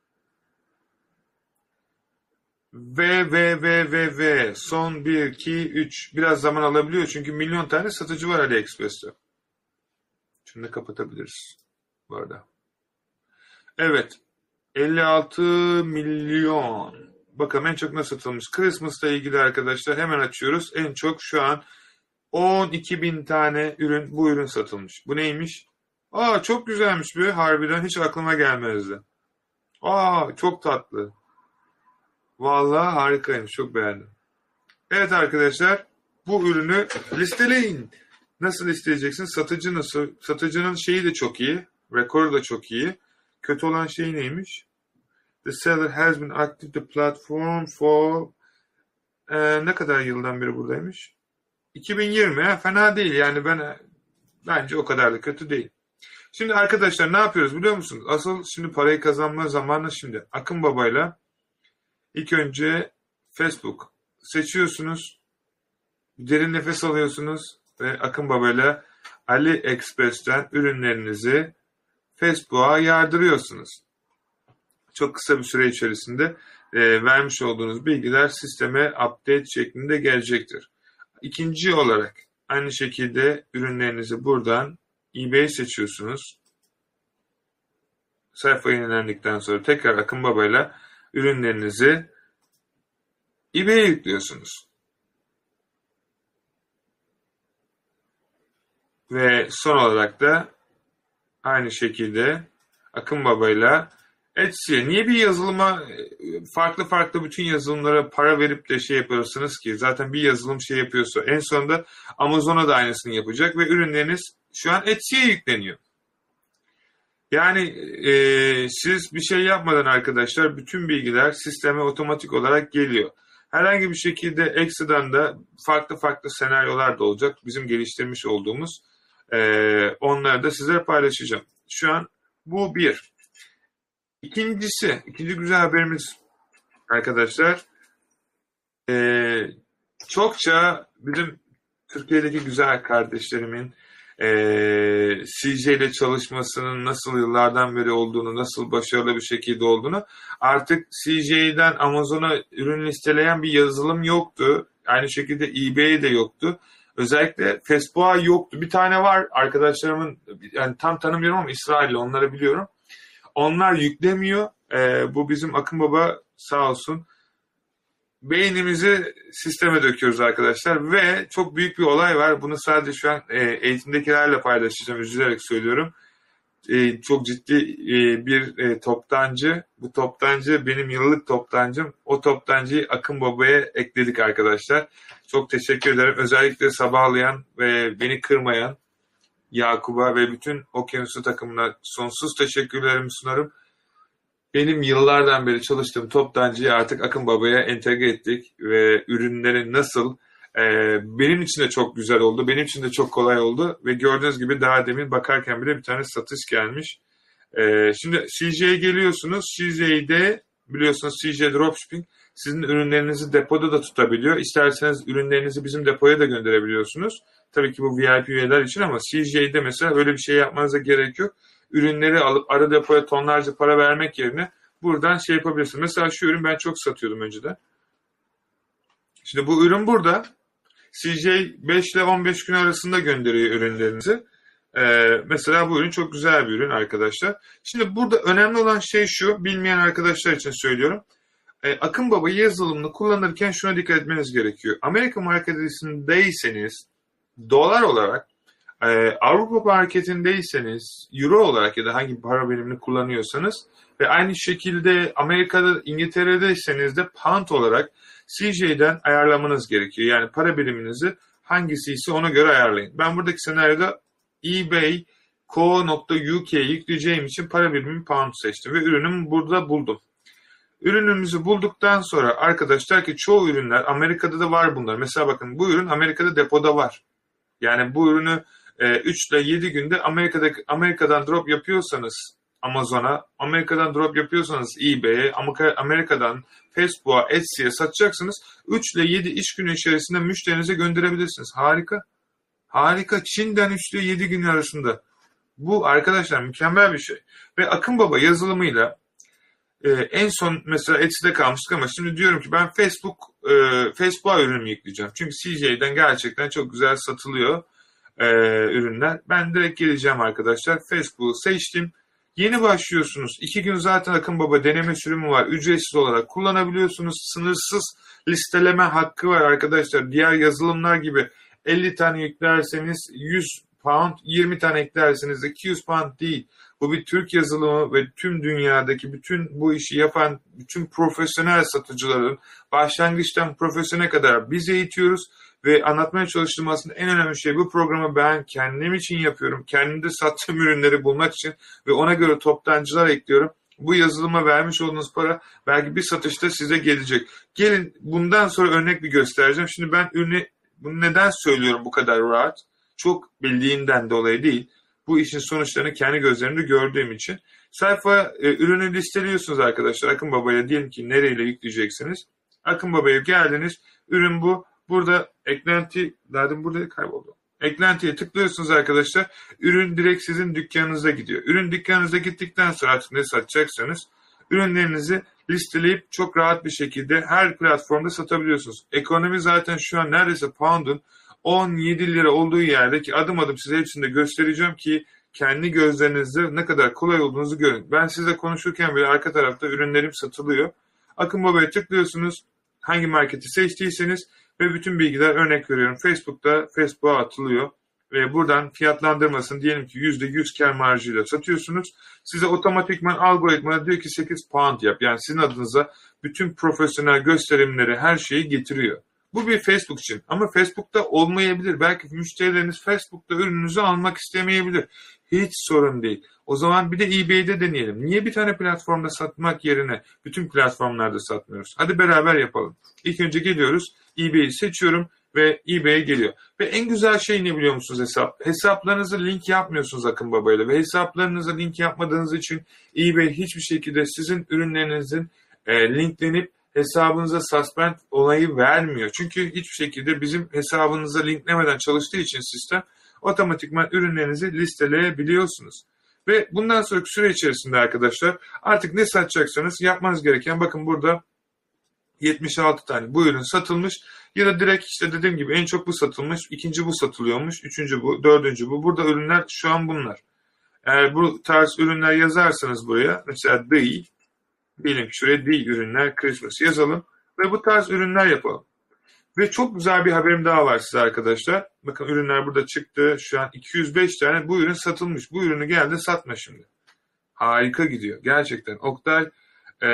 Ve ve ve ve ve son bir, iki, üç biraz zaman alabiliyor çünkü milyon tane satıcı var AliExpress'te. Şimdi kapatabiliriz bu arada. Evet, elli altı milyon. Bakalım en çok nasıl satılmış. Christmas'la ilgili arkadaşlar hemen açıyoruz. En çok şu an on iki bin tane ürün, bu ürün satılmış. Bu neymiş? Aa, çok güzelmiş bu. Harbiden hiç aklıma gelmezdi. Aa, çok tatlı. Vallahi harikaymış. Çok beğendim. Evet arkadaşlar, bu ürünü listeleyin. Nasıl listeleyeceksin? Satıcı nasıl? Satıcının şeyi de çok iyi. Rekoru da çok iyi. Kötü olan şey neymiş? The seller has been active the platform for ee, ne kadar yıldan beri buradaymış? iki bin yirmi. Ha, fena değil. Yani ben bence o kadar da kötü değil. Şimdi arkadaşlar ne yapıyoruz biliyor musunuz? Asıl şimdi parayı kazanma zamanı şimdi. Akın Baba'yla ilk önce Facebook seçiyorsunuz. Derin nefes alıyorsunuz ve Akın Baba'yla AliExpress'ten ürünlerinizi Facebook'a yardırıyorsunuz. Çok kısa bir süre içerisinde e, vermiş olduğunuz bilgiler sisteme update şeklinde gelecektir. İkinci olarak aynı şekilde ürünlerinizi buradan eBay seçiyorsunuz. Sayfa yenilendikten sonra tekrar Akın Baba'yla ürünlerinizi eBay'e yüklüyorsunuz. Ve son olarak da aynı şekilde Akın Baba'yla Etsy'ye. Niye bir yazılıma farklı farklı bütün yazılımlara para verip de şey yapıyorsunuz ki? Zaten bir yazılım şey yapıyorsa en sonunda Amazon'a da aynısını yapacak ve ürünleriniz şu an Etsy'ye yükleniyor. Yani e, siz bir şey yapmadan arkadaşlar bütün bilgiler sisteme otomatik olarak geliyor. Herhangi bir şekilde ekstradan da farklı farklı senaryolar da olacak. Bizim geliştirmiş olduğumuz e, onları da sizlere paylaşacağım. Şu an bu bir. İkincisi, ikinci güzel haberimiz arkadaşlar. E, çokça bizim Türkiye'deki güzel kardeşlerimin e, C J ile çalışmasının nasıl yıllardan beri olduğunu, nasıl başarılı bir şekilde olduğunu, artık C J'den Amazon'a ürün listeleyen bir yazılım yoktu. Aynı şekilde eBay'de de yoktu. Özellikle Facebook'a yoktu. Bir tane var arkadaşlarımın, yani tam tanımıyorum ama İsrailli, onları biliyorum. Onlar yüklemiyor. E, bu bizim Akın Baba sağ olsun. Beynimizi sisteme döküyoruz arkadaşlar ve çok büyük bir olay var. Bunu sadece şu an e, eğitimdekilerle paylaşacağım. Üzülerek söylüyorum. E, çok ciddi e, bir e, toptancı. Bu toptancı benim yıllık toptancım. O toptancıyı Akın Baba'ya ekledik arkadaşlar. Çok teşekkür ederim. Özellikle sabahlayan ve beni kırmayan Yakup'a ve bütün Okyanusu takımına sonsuz teşekkürlerimi sunarım. Benim yıllardan beri çalıştığım toptancıyı artık Akın Baba'ya entegre ettik ve ürünlerin nasıl e, benim için de çok güzel oldu, benim için de çok kolay oldu ve gördüğünüz gibi daha demin bakarken bile bir tane satış gelmiş. E, şimdi C J'ye geliyorsunuz, C J'de biliyorsunuz C J Dropshipping Sizin ürünlerinizi depoda da tutabiliyor. İsterseniz ürünlerinizi bizim depoya da gönderebiliyorsunuz. Tabii ki bu V I P üyeler için ama C J'de mesela öyle bir şey yapmanıza gerek yok. Ürünleri alıp ara depoya tonlarca para vermek yerine buradan şey yapabilirsiniz. Mesela şu ürün ben çok satıyordum önceden. Şimdi bu ürün burada. C J beş ile on beş gün arasında gönderiyor ürünlerinizi. Ee, mesela bu ürün çok güzel bir ürün arkadaşlar. Şimdi burada önemli olan şey şu, bilmeyen arkadaşlar için söylüyorum. Ee, Akın Baba yazılımını kullanırken şuna dikkat etmeniz gerekiyor. Amerika marketindeyseniz dolar olarak, e, Avrupa marketindeyseniz euro olarak ya da hangi para birimini kullanıyorsanız ve aynı şekilde Amerika'da, İngiltere'deyseniz de pound olarak C J'den ayarlamanız gerekiyor. Yani para biriminizi hangisi ise ona göre ayarlayın. Ben buradaki senaryoda eBay co nokta U K'ye yükleyeceğim için para birimimi pound seçtim ve ürünümü burada buldum. Ürünümüzü bulduktan sonra arkadaşlar ki çoğu ürünler Amerika'da da var bunlar. Mesela bakın bu ürün Amerika'da depoda var. Yani bu ürünü e, üç ile yedi günde Amerika'da Amerika'dan drop yapıyorsanız Amazon'a, Amerika'dan drop yapıyorsanız eBay'e, Amerika'dan Facebook'a, Etsy'ye satacaksınız. üç ile yedi iş günü içerisinde müşterinize gönderebilirsiniz. Harika. Harika. Çin'den üç ile yedi gün arasında. Bu arkadaşlar mükemmel bir şey. Ve Akın Baba yazılımıyla e, en son mesela Etsy'de kalmıştık ama şimdi diyorum ki ben Facebook e, Facebook'a ürünümü yükleyeceğim. Çünkü C J'den gerçekten çok güzel satılıyor e, ürünler. Ben direkt geleceğim arkadaşlar. Facebook'u seçtim. Yeni başlıyorsunuz. İki gün zaten Akın Baba deneme sürümü var. Ücretsiz olarak kullanabiliyorsunuz. Sınırsız listeleme hakkı var arkadaşlar. Diğer yazılımlar gibi elli tane yüklerseniz yüz pound, yirmi tane eklerseniz iki yüz pound değil. Bu bir Türk yazılımı ve tüm dünyadaki bütün bu işi yapan bütün profesyonel satıcıların başlangıçtan profesyonele kadar biz eğitiyoruz. Ve anlatmaya çalıştığım aslında en önemli şey bu programı ben kendim için yapıyorum. Kendimde sattığım ürünleri bulmak için ve ona göre toptancılar ekliyorum. Bu yazılıma vermiş olduğunuz para belki bir satışta size gelecek. Gelin bundan sonra örnek bir göstereceğim. Şimdi ben ürünü bunu neden söylüyorum bu kadar rahat? Çok bildiğimden dolayı değil. Bu işin sonuçlarını kendi gözlerimde gördüğüm için. Sayfa e, ürünü listeliyorsunuz arkadaşlar. Akın Baba'ya diyelim ki nereyle yükleyeceksiniz. Akın Baba'ya geldiniz. Ürün bu. Burada eklenti, zaten burada kayboldu. Eklentiye tıklıyorsunuz arkadaşlar. Ürün direkt sizin dükkanınıza gidiyor. Ürün dükkanınıza gittikten sonra artık ne satacaksanız ürünlerinizi listeleyip çok rahat bir şekilde her platformda satabiliyorsunuz. Ekonomi zaten şu an neredeyse pound'un on yedi lira olduğu yerde ki adım adım size hepsini de göstereceğim ki kendi gözlerinizle ne kadar kolay olduğunuzu görün. Ben size konuşurken bile arka tarafta ürünlerim satılıyor. Akın Baba'ya tıklıyorsunuz. Hangi marketi seçtiyseniz ve bütün bilgiler örnek veriyorum. Facebook'ta Facebook'a atılıyor. Ve buradan fiyatlandırmasını diyelim ki yüzde yüz kar marjıyla satıyorsunuz. Size otomatikman algoritma diyor ki sekiz pound yap. Yani sizin adınıza bütün profesyonel gösterimleri her şeyi getiriyor. Bu bir Facebook için ama Facebook'ta olmayabilir. Belki müşterileriniz Facebook'ta ürününüzü almak istemeyebilir. Hiç sorun değil. O zaman bir de eBay'de deneyelim. Niye bir tane platformda satmak yerine bütün platformlarda satmıyoruz? Hadi beraber yapalım. İlk önce geliyoruz. eBay'i seçiyorum ve eBay'e geliyor. Ve en güzel şey ne biliyor musunuz hesap? Hesaplarınızı link yapmıyorsunuz Akın Baba'yla. Ve hesaplarınızı link yapmadığınız için eBay hiçbir şekilde sizin ürünlerinizin e, linklenip hesabınıza suspend onayı vermiyor. Çünkü hiçbir şekilde bizim hesabınıza linklemeden çalıştığı için sistem otomatikman ürünlerinizi listeleyebiliyorsunuz. Ve bundan sonraki süre içerisinde arkadaşlar artık ne satacaksanız yapmanız gereken bakın burada yetmiş altı tane bu ürün satılmış ya da direkt işte dediğim gibi en çok bu satılmış, ikinci bu satılıyormuş, üçüncü bu, dördüncü bu. Burada ürünler şu an bunlar. Eğer bu tarz ürünler yazarsanız buraya mesela değil, diyelim ki şuraya değil ürünler Christmas yazalım ve bu tarz ürünler yapalım. Ve çok güzel bir haberim daha var size arkadaşlar. Bakın ürünler burada çıktı. Şu an iki yüz beş tane bu ürün satılmış. Bu ürünü geldi satma şimdi. Harika gidiyor. Gerçekten. Oktay e,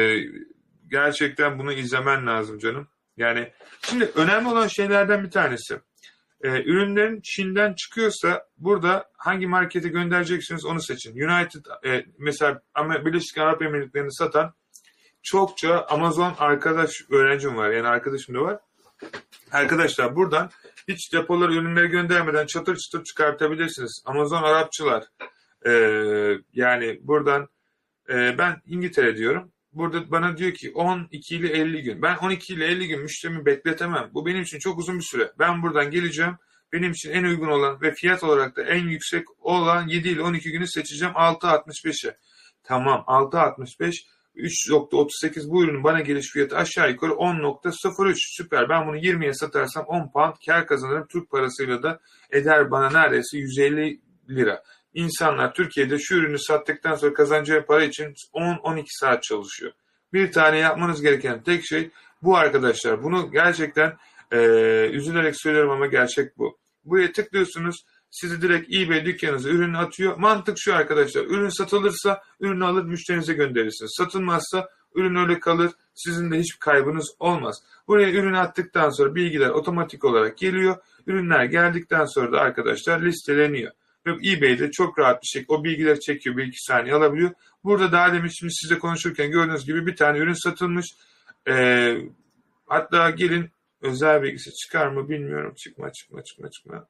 gerçekten bunu izlemen lazım canım. Yani şimdi önemli olan şeylerden bir tanesi. E, ürünlerin Çin'den çıkıyorsa burada hangi markete göndereceksiniz onu seçin. United e, mesela Birleşik Arap Emirlikleri'ni satan çokça Amazon arkadaş öğrencim var. Yani arkadaşım da var. Arkadaşlar buradan hiç depolara ürünleri göndermeden çatır çatır çıkartabilirsiniz. Amazon Arapçılar. Ee, yani buradan e, ben İngiltere diyorum. burada bana diyor ki on iki ile elli gün. Ben on iki ile elli gün müşterimi bekletemem. Bu benim için çok uzun bir süre. Ben buradan geleceğim. Benim için en uygun olan ve fiyat olarak da en yüksek olan yedi ile on iki günü seçeceğim altı altmış beşe. Tamam, altı altmış beş, üç nokta otuz sekiz bu ürünün bana geliş fiyatı aşağı yukarı on nokta sıfır üç. Süper. Ben bunu yirmiye satarsam on pound kar kazanırım. Türk parasıyla da eder bana neredeyse yüz elli lira. İnsanlar Türkiye'de şu ürünü sattıktan sonra kazanacağı para için on on iki saat çalışıyor. Bir tane yapmanız gereken tek şey bu arkadaşlar. Bunu gerçekten e, üzülerek söylüyorum ama gerçek bu. Buraya tıklıyorsunuz. Sizi direkt eBay dükkanınıza ürünü atıyor. Mantık şu arkadaşlar. Ürün satılırsa ürünü alır müşterinize gönderirsiniz. Satılmazsa ürün öyle kalır. Sizin de hiçbir kaybınız olmaz. Buraya ürünü attıktan sonra bilgiler otomatik olarak geliyor. Ürünler geldikten sonra da arkadaşlar listeleniyor. Ve eBay'de çok rahat bir şekilde o bilgileri çekiyor. Bir iki saniye alabiliyor. Burada daha demin şimdi size konuşurken gördüğünüz gibi bir tane ürün satılmış. Ee, hatta gelin özel bilgisi çıkar mı bilmiyorum. Çıkma çıkma çıkma çıkma.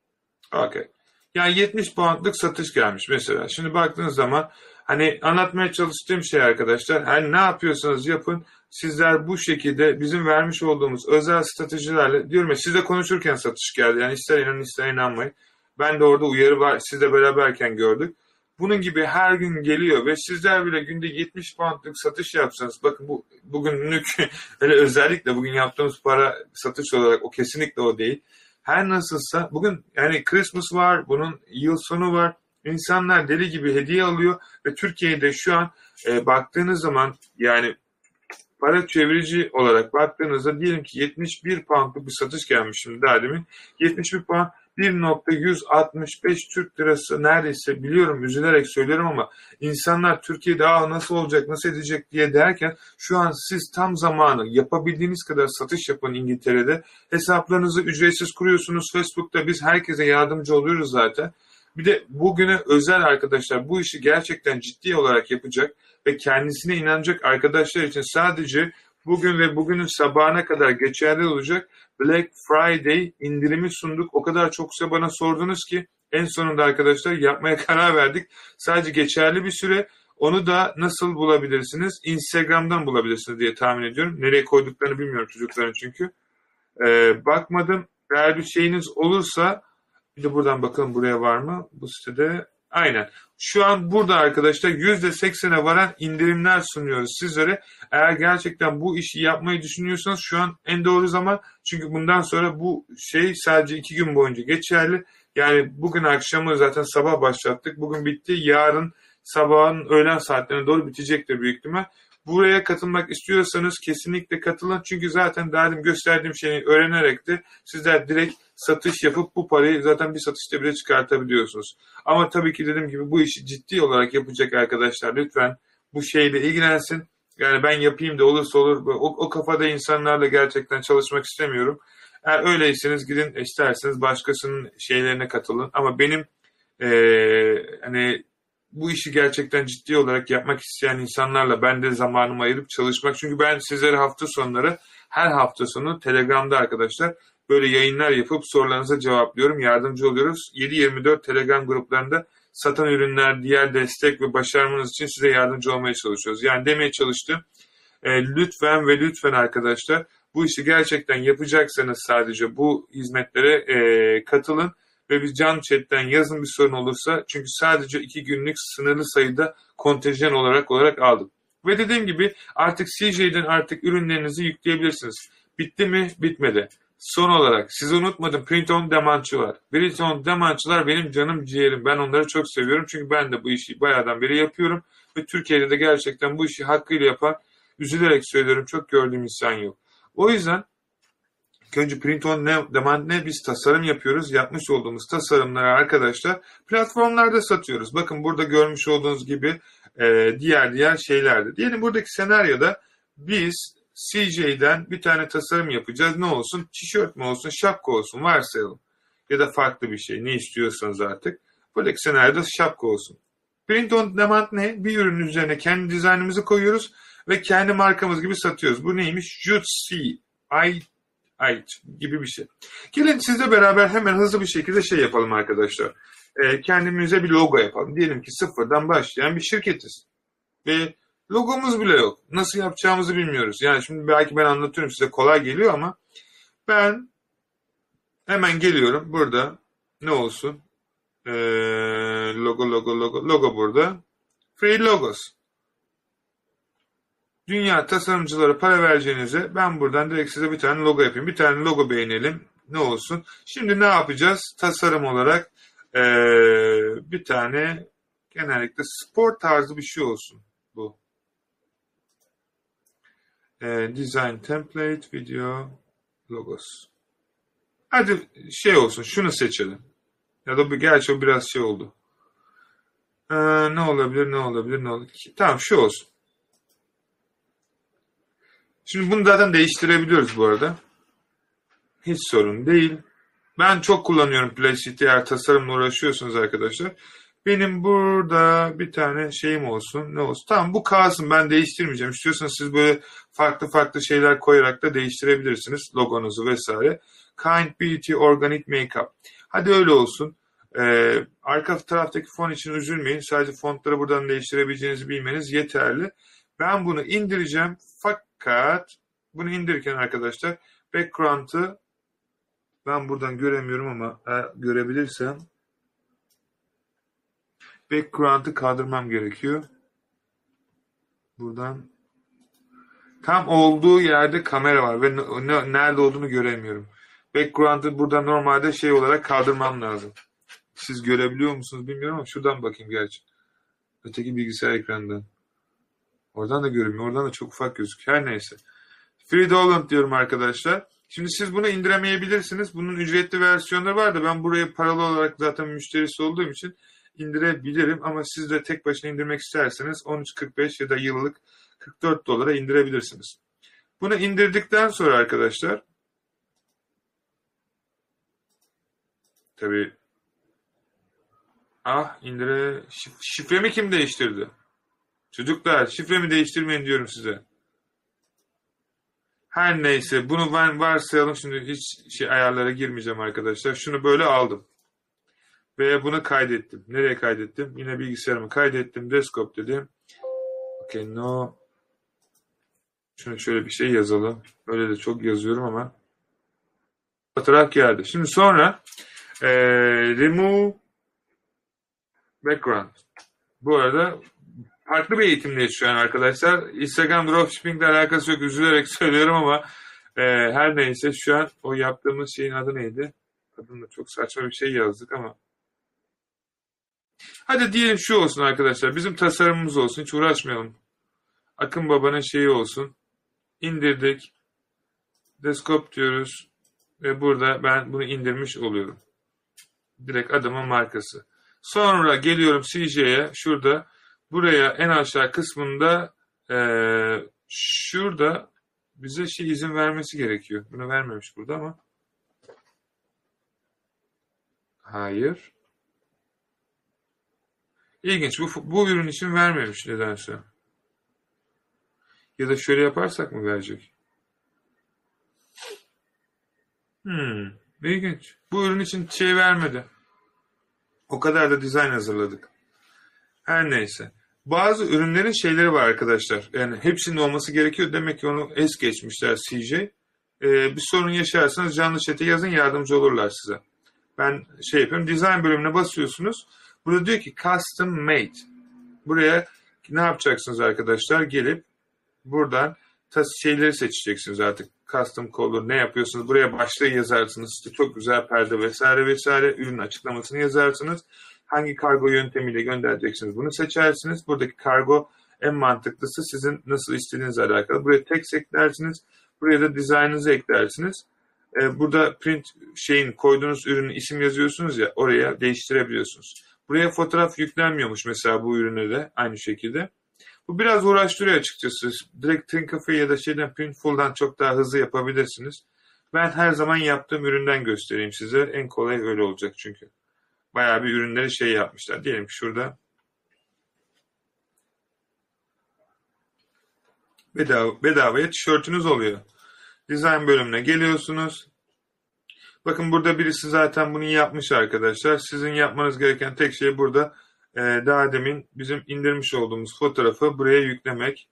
Okay. Yani yetmiş poundlık satış gelmiş mesela. Şimdi baktığınız zaman hani anlatmaya çalıştığım şey arkadaşlar. Hani ne yapıyorsanız yapın. Sizler bu şekilde bizim vermiş olduğumuz özel stratejilerle diyorum ya size konuşurken satış geldi. Yani ister inanın ister inanmayın. Ben de orada uyarı var. Sizle beraberken gördük. Bunun gibi her gün geliyor ve sizler bile günde yetmiş poundlık satış yapsanız bakın bu bugünlük öyle özellikle bugün yaptığımız para satış olarak o kesinlikle o değil. Her nasılsa bugün yani Christmas var, bunun yıl sonu var. İnsanlar deli gibi hediye alıyor ve Türkiye'de şu an e, baktığınız zaman yani para çevirici olarak baktığınızda diyelim ki yetmiş bir poundluk bir satış gelmiş şimdi daha demin. yetmiş bir pound bir nokta yüz altmış beş Türk lirası neredeyse biliyorum üzülerek söylüyorum ama insanlar Türkiye'de Aa, nasıl olacak nasıl edecek diye derken şu an siz tam zamanı yapabildiğiniz kadar satış yapın İngiltere'de. Hesaplarınızı ücretsiz kuruyorsunuz Facebook'ta biz herkese yardımcı oluyoruz zaten. Bir de bugüne özel arkadaşlar bu işi gerçekten ciddi olarak yapacak ve kendisine inanacak arkadaşlar için sadece bugün ve bugünün sabahına kadar geçerli olacak Black Friday indirimi sunduk. O kadar çoksa bana sordunuz ki en sonunda arkadaşlar yapmaya karar verdik. Sadece geçerli bir süre. Onu da nasıl bulabilirsiniz? Instagram'dan bulabilirsiniz diye tahmin ediyorum. Nereye koyduklarını bilmiyorum çocukların çünkü. Ee, bakmadım. Eğer bir şeyiniz olursa bir de buradan bakalım buraya var mı? Bu sitede aynen. Şu an burada arkadaşlar yüzde seksene varan indirimler sunuyoruz sizlere. Eğer gerçekten bu işi yapmayı düşünüyorsanız şu an en doğru zaman. Çünkü bundan sonra bu şey sadece iki gün boyunca geçerli. Yani bugün akşamı zaten sabah başlattık. Bugün bitti. Yarın sabahın öğlen saatlerine doğru bitecektir büyük ihtimal. Buraya katılmak istiyorsanız kesinlikle katılın. Çünkü zaten daha demin gösterdiğim şeyi öğrenerek de sizler direkt satış yapıp bu parayı zaten bir satışta bile çıkartabiliyorsunuz. Ama tabii ki dediğim gibi bu işi ciddi olarak yapacak arkadaşlar lütfen bu şeyle ilgilensin. Yani ben yapayım da olursa olur. O, o kafada insanlarla gerçekten çalışmak istemiyorum. Eğer öyleyseniz gidin isterseniz başkasının şeylerine katılın. Ama benim ee, hani bu işi gerçekten ciddi olarak yapmak isteyen insanlarla ben de zamanımı ayırıp çalışmak. Çünkü ben sizlere hafta sonları her hafta sonu Telegram'da arkadaşlar böyle yayınlar yapıp sorularınıza cevaplıyorum. Yardımcı oluyoruz. yedi yirmi dört Telegram gruplarında satan ürünler, diğer destek ve başarmanız için size yardımcı olmaya çalışıyoruz. Yani demeye çalıştım. E, lütfen ve lütfen arkadaşlar bu işi gerçekten yapacaksanız sadece bu hizmetlere e, katılın. Ve biz can chatten yazın bir sorun olursa çünkü sadece iki günlük sınırlı sayıda kontenjan olarak olarak aldım. Ve dediğim gibi artık C J'den artık ürünlerinizi yükleyebilirsiniz. Bitti mi? Bitmedi. Son olarak sizi unutmadım print on demandçılar. Print on demandçılar benim canım ciğerim. Ben onları çok seviyorum çünkü ben de bu işi bayağıdan beri yapıyorum. Ve Türkiye'de de gerçekten bu işi hakkıyla yapan üzülerek söylüyorum çok gördüğüm insan yok. O yüzden önce print on demand ne? Biz tasarım yapıyoruz. Yapmış olduğumuz tasarımları arkadaşlar platformlarda satıyoruz. Bakın burada görmüş olduğunuz gibi e, diğer diğer şeylerde. Diyelim buradaki senaryoda biz C J'den bir tane tasarım yapacağız. Ne olsun? Tişört mü olsun? Şapka olsun? Varsayalım. Ya da farklı bir şey. Ne istiyorsanız artık. Buradaki senaryoda şapka olsun. Print on demand ne? Bir ürünün üzerine kendi dizaynımızı koyuyoruz ve kendi markamız gibi satıyoruz. Bu neymiş? Jutsi. I ait gibi bir şey. Gelin sizle beraber hemen hızlı bir şekilde şey yapalım arkadaşlar. E, kendimize bir logo yapalım. Diyelim ki sıfırdan başlayan bir şirketiz. Ve Logomuz bile yok. Nasıl yapacağımızı bilmiyoruz. Yani şimdi belki ben anlatıyorum size kolay geliyor ama ben hemen geliyorum. Burada ne olsun? Ee, logo logo logo logo burada. Free logos. Dünya tasarımcılara para vereceğinize ben buradan direkt size bir tane logo yapayım. Bir tane logo beğenelim. Ne olsun? Şimdi ne yapacağız? Tasarım olarak ee, bir tane genellikle spor tarzı bir şey olsun bu. Ee, design template video logos. Hadi şey olsun. Şunu seçelim. Ya da bu gerçi o biraz şey oldu. Ee, ne olabilir? Ne olabilir? Ne olabilir? Tamam şu olsun. Şimdi bunu zaten değiştirebiliyoruz bu arada. Hiç sorun değil. Ben çok kullanıyorum Placity'yi eğer tasarımla uğraşıyorsunuz arkadaşlar. Benim burada bir tane şeyim olsun. Ne olsun? Tamam bu kalsın. Ben değiştirmeyeceğim. İstiyorsanız siz böyle farklı farklı şeyler koyarak da değiştirebilirsiniz. Logonuzu vesaire. Kind Beauty Organic Makeup. Hadi öyle olsun. Ee, arka taraftaki fon için üzülmeyin. Sadece fontları buradan değiştirebileceğinizi bilmeniz yeterli. Ben bunu indireceğim. Fakat bunu indirirken arkadaşlar background'ı ben buradan göremiyorum ama eğer görebilirsem background'ı kaldırmam gerekiyor. Buradan tam olduğu yerde kamera var ve ne, nerede olduğunu göremiyorum. Background'ı burada normalde şey olarak kaldırmam lazım. Siz görebiliyor musunuz bilmiyorum ama şuradan bakayım gerçi. Öteki bilgisayar ekranından. Oradan da görünmüyor. Oradan da çok ufak gözüküyor. Her neyse. Free download diyorum arkadaşlar. Şimdi siz bunu indiremeyebilirsiniz. Bunun ücretli versiyonları var da ben burayı paralı olarak zaten müşterisi olduğum için indirebilirim. Ama siz de tek başına indirmek isterseniz on üç kırk beş ya da yıllık kırk dört dolara indirebilirsiniz. Bunu indirdikten sonra arkadaşlar tabii ah indire şif şifremi kim değiştirdi? Çocuklar şifremi değiştirmeyin diyorum size. Her neyse bunu ben varsayalım. Şimdi hiç şey ayarlara girmeyeceğim arkadaşlar. Şunu böyle aldım. Ve bunu kaydettim. Nereye kaydettim? Yine bilgisayarımı kaydettim. Desktop dedim. Okay no. Şuna şöyle bir şey yazalım. Öyle de çok yazıyorum ama. Fotoğraf geldi. Şimdi sonra ee, remove background. Bu arada farklı bir eğitimdeyiz şu an arkadaşlar. Instagram dropshipping ile alakası yok. Üzülerek söylüyorum ama e, her neyse şu an o yaptığımız şeyin adı neydi? Adını çok saçma bir şey yazdık ama. Hadi diyelim şu olsun arkadaşlar. Bizim tasarımımız olsun. Hiç uğraşmayalım. Akın Baba'nın şeyi olsun. İndirdik. Desktop diyoruz. Ve burada ben bunu indirmiş oluyorum. Direkt adamın markası. Sonra geliyorum C J'ye. Şurada. Buraya en aşağı kısmında e, şurada bize şey izin vermesi gerekiyor. Bunu vermemiş burada ama. Hayır. İlginç. Bu, bu ürün için vermemiş nedense. Ya da şöyle yaparsak mı verecek? Hmm, ilginç. Bu ürün için şey vermedi. O kadar da dizayn hazırladık. Her neyse. Bazı ürünlerin şeyleri var arkadaşlar. Yani hepsinin olması gerekiyor. Demek ki onu es geçmişler C J. Ee, bir sorun yaşarsanız canlı chat'e yazın yardımcı olurlar size. Ben şey yapıyorum. Design bölümüne basıyorsunuz. Burada diyor ki custom made. Buraya ne yapacaksınız arkadaşlar? Gelip buradan şeyleri seçeceksiniz artık. Custom color ne yapıyorsunuz? Buraya başlığı yazarsınız. İşte çok güzel perde vesaire vesaire. Ürün açıklamasını yazarsınız. Hangi kargo yöntemiyle göndereceksiniz bunu seçersiniz. Buradaki kargo en mantıklısı sizin nasıl istediğinizle alakalı. Buraya text eklersiniz. Buraya da dizaynınızı eklersiniz. Ee, burada print şeyin koyduğunuz ürünün isim yazıyorsunuz ya oraya değiştirebiliyorsunuz. Buraya fotoğraf yüklenmiyormuş mesela bu ürüne de aynı şekilde. Bu biraz uğraştırıyor açıkçası. Direkt Thinkific ya da şeyden Printful'dan çok daha hızlı yapabilirsiniz. Ben her zaman yaptığım üründen göstereyim size. En kolay öyle olacak çünkü. Bayağı bir ürünleri şey yapmışlar. Diyelim ki şurada bedava, bedavaya tişörtünüz oluyor. Design bölümüne geliyorsunuz. Bakın burada birisi zaten bunu yapmış arkadaşlar. Sizin yapmanız gereken tek şey burada e, daha demin bizim indirmiş olduğumuz fotoğrafı buraya yüklemek.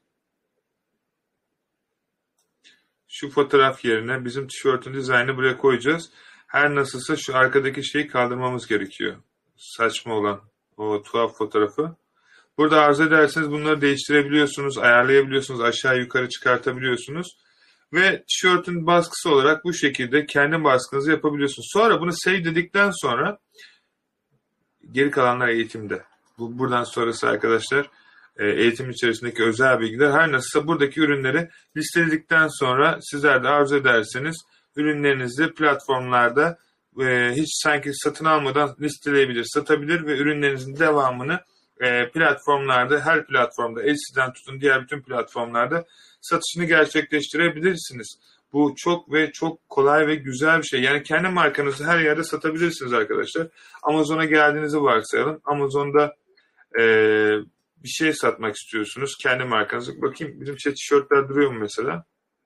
Şu fotoğraf yerine bizim tişörtün dizaynını buraya koyacağız. Her nasılsa şu arkadaki şeyi kaldırmamız gerekiyor. Saçma olan o tuhaf fotoğrafı. Burada arzu ederseniz bunları değiştirebiliyorsunuz, ayarlayabiliyorsunuz, aşağı yukarı çıkartabiliyorsunuz. Ve tişörtün baskısı olarak bu şekilde kendi baskınızı yapabiliyorsunuz. Sonra bunu save dedikten sonra geri kalanlar eğitimde. Bu, buradan sonrası arkadaşlar eğitim içerisindeki özel bilgiler. Her nasılsa buradaki ürünleri listeledikten sonra sizler de arzu ederseniz ürünlerinizi platformlarda e, hiç sanki satın almadan listeleyebilir, satabilir ve ürünlerinizin devamını e, platformlarda, her platformda, Etsy'den tutun diğer bütün platformlarda satışını gerçekleştirebilirsiniz. Bu çok ve çok kolay ve güzel bir şey. Yani kendi markanızı her yerde satabilirsiniz arkadaşlar. Amazon'a geldiğinizi varsayalım. Amazon'da e, bir şey satmak istiyorsunuz. Kendi markanızı. Bakayım bizim şey tişörtler duruyor mu mesela?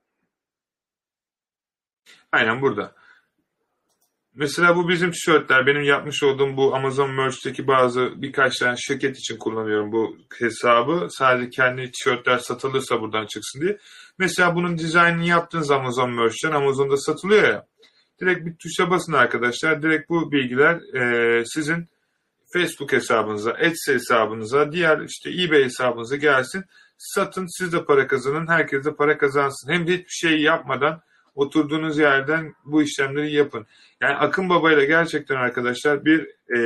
Aynen burada. Mesela bu bizim tişörtler. Benim yapmış olduğum bu Amazon Merch'teki bazı birkaç tane şirket için kullanıyorum bu hesabı. Sadece kendi tişörtler satılırsa buradan çıksın diye. Mesela bunun dizaynını yaptığınız Amazon Merch'ten Amazon'da satılıyor ya. Direkt bir tuşa basın arkadaşlar. Direkt bu bilgiler e, sizin Facebook hesabınıza, Etsy hesabınıza, diğer işte eBay hesabınıza gelsin. Satın, siz de para kazanın, herkes de para kazansın. Hem de hiçbir şey yapmadan oturduğunuz yerden bu işlemleri yapın. Yani Akın Baba ile gerçekten arkadaşlar bir e,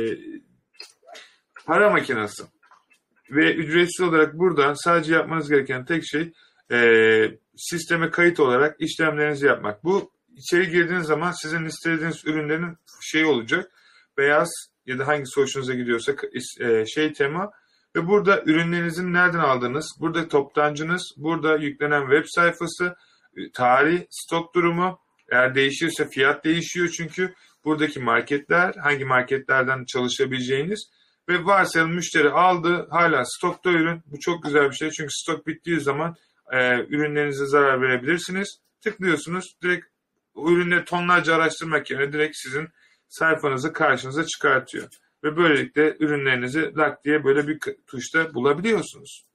para makinesi. Ve ücretsiz olarak buradan sadece yapmanız gereken tek şey e, sisteme kayıt olarak işlemlerinizi yapmak. Bu içeri girdiğiniz zaman sizin istediğiniz ürünlerin şey olacak. Beyaz ya da hangisi hoşunuza gidiyorsa e, şey tema ve burada ürünlerinizin nereden aldığınız, burada toptancınız, burada yüklenen web sayfası, tarih, stok durumu, eğer değişirse fiyat değişiyor çünkü buradaki marketler, hangi marketlerden çalışabileceğiniz ve varsayalım müşteri aldı, hala stokta ürün. Bu çok güzel bir şey çünkü stok bittiği zaman e, ürünlerinize zarar verebilirsiniz. Tıklıyorsunuz, direkt o ürünleri tonlarca araştırmak yerine direkt sizin sayfanızı karşınıza çıkartıyor. Ve böylelikle ürünlerinizi lak diye böyle bir tuşta bulabiliyorsunuz.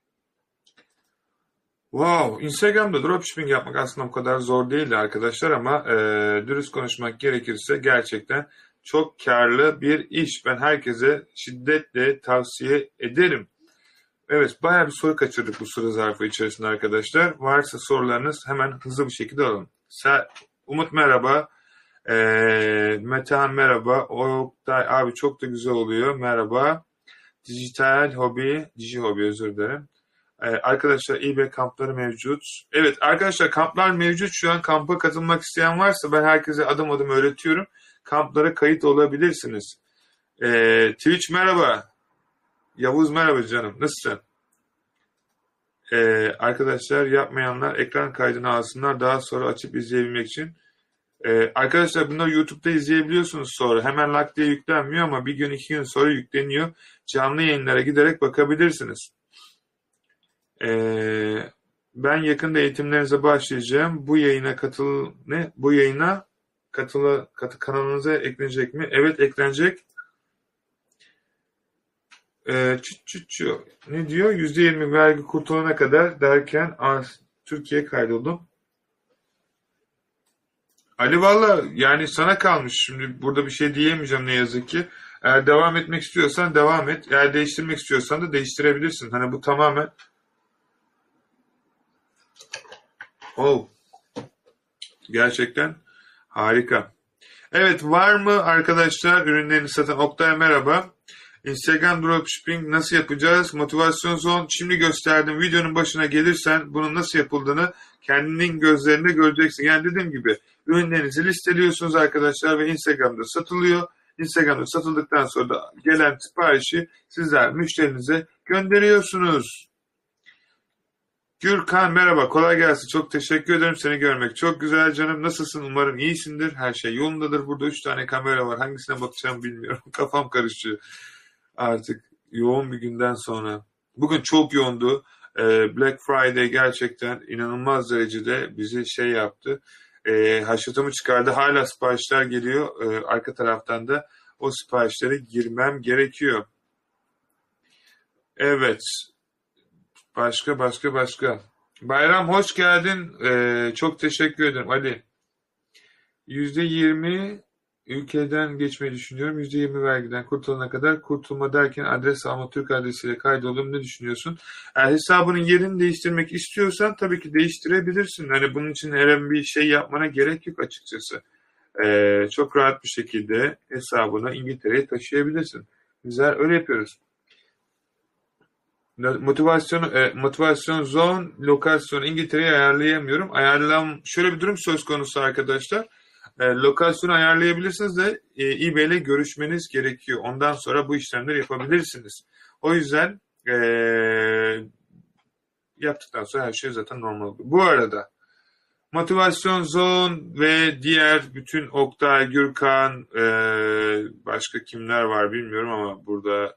Wow, Instagram'da dropshipping yapmak aslında bu kadar zor değildi arkadaşlar ama e, dürüst konuşmak gerekirse gerçekten çok karlı bir iş. Ben herkese şiddetle tavsiye ederim. Evet, bayağı bir soru kaçırdık bu soru zarfı içerisinde arkadaşlar. Varsa sorularınız hemen hızlı bir şekilde alın. Umut merhaba. E, Metehan merhaba. Oktay abi çok da güzel oluyor. Merhaba. Dijital hobi, diji hobi özür dilerim. Ee, arkadaşlar eBay kampları mevcut. Evet arkadaşlar kamplar mevcut. Şu an kampa katılmak isteyen varsa ben herkese adım adım öğretiyorum. Kamplara kayıt olabilirsiniz. Ee, Twitch merhaba. Yavuz merhaba canım. Nasılsın? Ee, arkadaşlar yapmayanlar ekran kaydını alsınlar. Daha sonra açıp izleyebilmek için. Ee, arkadaşlar bunları YouTube'da izleyebiliyorsunuz sonra. Hemen lak diye yüklenmiyor ama bir gün iki gün sonra yükleniyor. Canlı yayınlara giderek bakabilirsiniz. Ee, ben yakında eğitimlerinize başlayacağım. Bu yayına katıl ne? Bu yayına katılı katı kanalınıza eklenecek mi? Evet eklenecek. Ee, çüt çüt çüt. Ne diyor? yüzde yirmi vergi kurtulana kadar derken Türkiye kaydoldum. Ali valla yani sana kalmış. Şimdi burada bir şey diyemeyeceğim ne yazık ki. Eğer devam etmek istiyorsan devam et. Eğer değiştirmek istiyorsan da değiştirebilirsin. Hani bu tamamen oh. Gerçekten harika. Evet var mı arkadaşlar ürünlerini satan Oktay merhaba. Instagram dropshipping nasıl yapacağız? Motivasyon zone şimdi gösterdim. Videonun başına gelirsen bunun nasıl yapıldığını kendinin gözlerinde göreceksin. Yani dediğim gibi ürünlerinizi listeliyorsunuz arkadaşlar ve Instagram'da satılıyor. Instagram'da satıldıktan sonra da gelen siparişi sizler müşterinize gönderiyorsunuz. Gürkan merhaba kolay gelsin çok teşekkür ederim seni görmek çok güzel canım nasılsın umarım iyisindir her şey yolundadır burada üç tane kamera var hangisine bakacağım bilmiyorum kafam karışıyor artık yoğun bir günden sonra bugün çok yoğundu Black Friday gerçekten inanılmaz derecede bizi şey yaptı haşatımı çıkardı hala siparişler geliyor arka taraftan da o siparişlere girmem gerekiyor. Evet. Başka başka başka. Bayram hoş geldin. Ee, çok teşekkür ederim Ali. yüzde yirmi ülkeden geçmeyi düşünüyorum. yüzde yirmi vergiden kurtulana kadar kurtulma derken adres alma Türk adresiyle kaydolurum. Ne düşünüyorsun? Eğer hesabının yerini değiştirmek istiyorsan tabii ki değiştirebilirsin. Hani bunun için herhangi bir şey yapmana gerek yok açıkçası. Ee, çok rahat bir şekilde hesabını İngiltere'ye taşıyabilirsin. Güzel, öyle yapıyoruz. Motivasyon, e, motivasyon zone, lokasyon İngiltere'yi ayarlayamıyorum. Ayarlam şöyle bir durum söz konusu arkadaşlar. E, lokasyonu ayarlayabilirsiniz de e, eBay ile görüşmeniz gerekiyor. Ondan sonra bu işlemleri yapabilirsiniz. O yüzden e, yaptıktan sonra her şey zaten normal oluyor. Bu arada motivasyon zone ve diğer bütün Oktay, Gürkan, e, başka kimler var bilmiyorum ama burada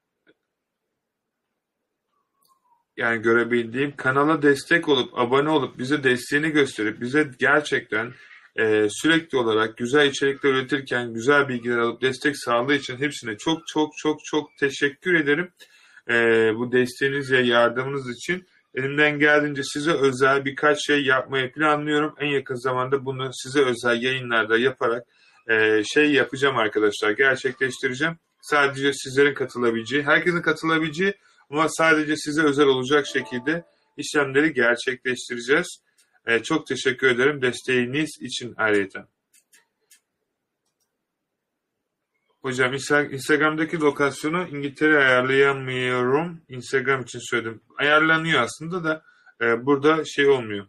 yani görebildiğim kanala destek olup abone olup bize desteğini gösterip bize gerçekten e, sürekli olarak güzel içerikler üretirken güzel bilgiler alıp destek sağladığı için hepsine çok çok çok çok teşekkür ederim. E, bu desteğiniz ve yardımınız için elimden geldiğince size özel birkaç şey yapmayı planlıyorum. En yakın zamanda bunu size özel yayınlarda yaparak e, şey yapacağım arkadaşlar, gerçekleştireceğim. Sadece sizlerin katılabileceği, herkesin katılabileceği ama sadece size özel olacak şekilde işlemleri gerçekleştireceğiz. Ee, çok teşekkür ederim desteğiniz için ayrıca. Hocam Instagram'daki lokasyonu İngiltere ayarlayamıyorum. Instagram için söyledim. Ayarlanıyor aslında da e, burada şey olmuyor.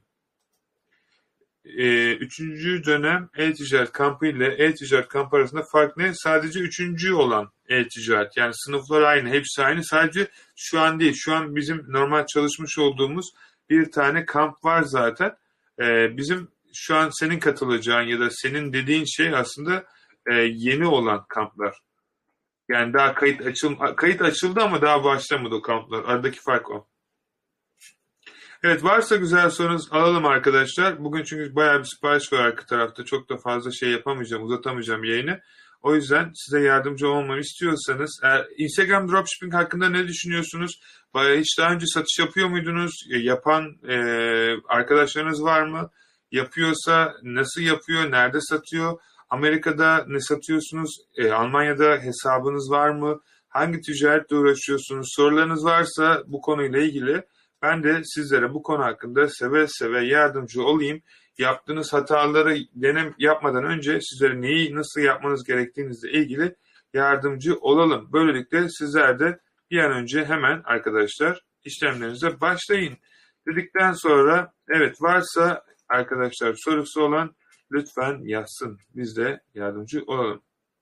E, üçüncü dönem e-ticaret kampı ile e-ticaret kampı arasında fark ne? Sadece üçüncü olan e-ticaret. Yani sınıflar aynı, hepsi aynı. Sadece şu an değil. Şu an bizim normal çalışmış olduğumuz bir tane kamp var zaten. E, bizim şu an senin katılacağın ya da senin dediğin şey aslında e, yeni olan kamplar. Yani daha kayıt açıl kayıt açıldı ama daha başlamadı o kamplar. Aradaki fark o. Evet, varsa güzel sorunuz alalım arkadaşlar. Bugün çünkü bayağı bir sipariş var arka tarafta. Çok da fazla şey yapamayacağım, uzatamayacağım yayını. O yüzden size yardımcı olmamı istiyorsanız, eğer Instagram dropshipping hakkında ne düşünüyorsunuz? Bayağı hiç daha önce satış yapıyor muydunuz? E, yapan e, arkadaşlarınız var mı? Yapıyorsa nasıl yapıyor? Nerede satıyor? Amerika'da ne satıyorsunuz? E, Almanya'da hesabınız var mı? Hangi ticaretle uğraşıyorsunuz? Sorularınız varsa bu konuyla ilgili ben de sizlere bu konu hakkında seve seve yardımcı olayım. Yaptığınız hataları denem yapmadan önce sizlere neyi nasıl yapmanız gerektiğinizle ilgili yardımcı olalım. Böylelikle sizler de bir an önce hemen arkadaşlar işlemlerinize başlayın dedikten sonra, evet, varsa arkadaşlar sorusu olan lütfen yazsın. Biz de yardımcı olalım.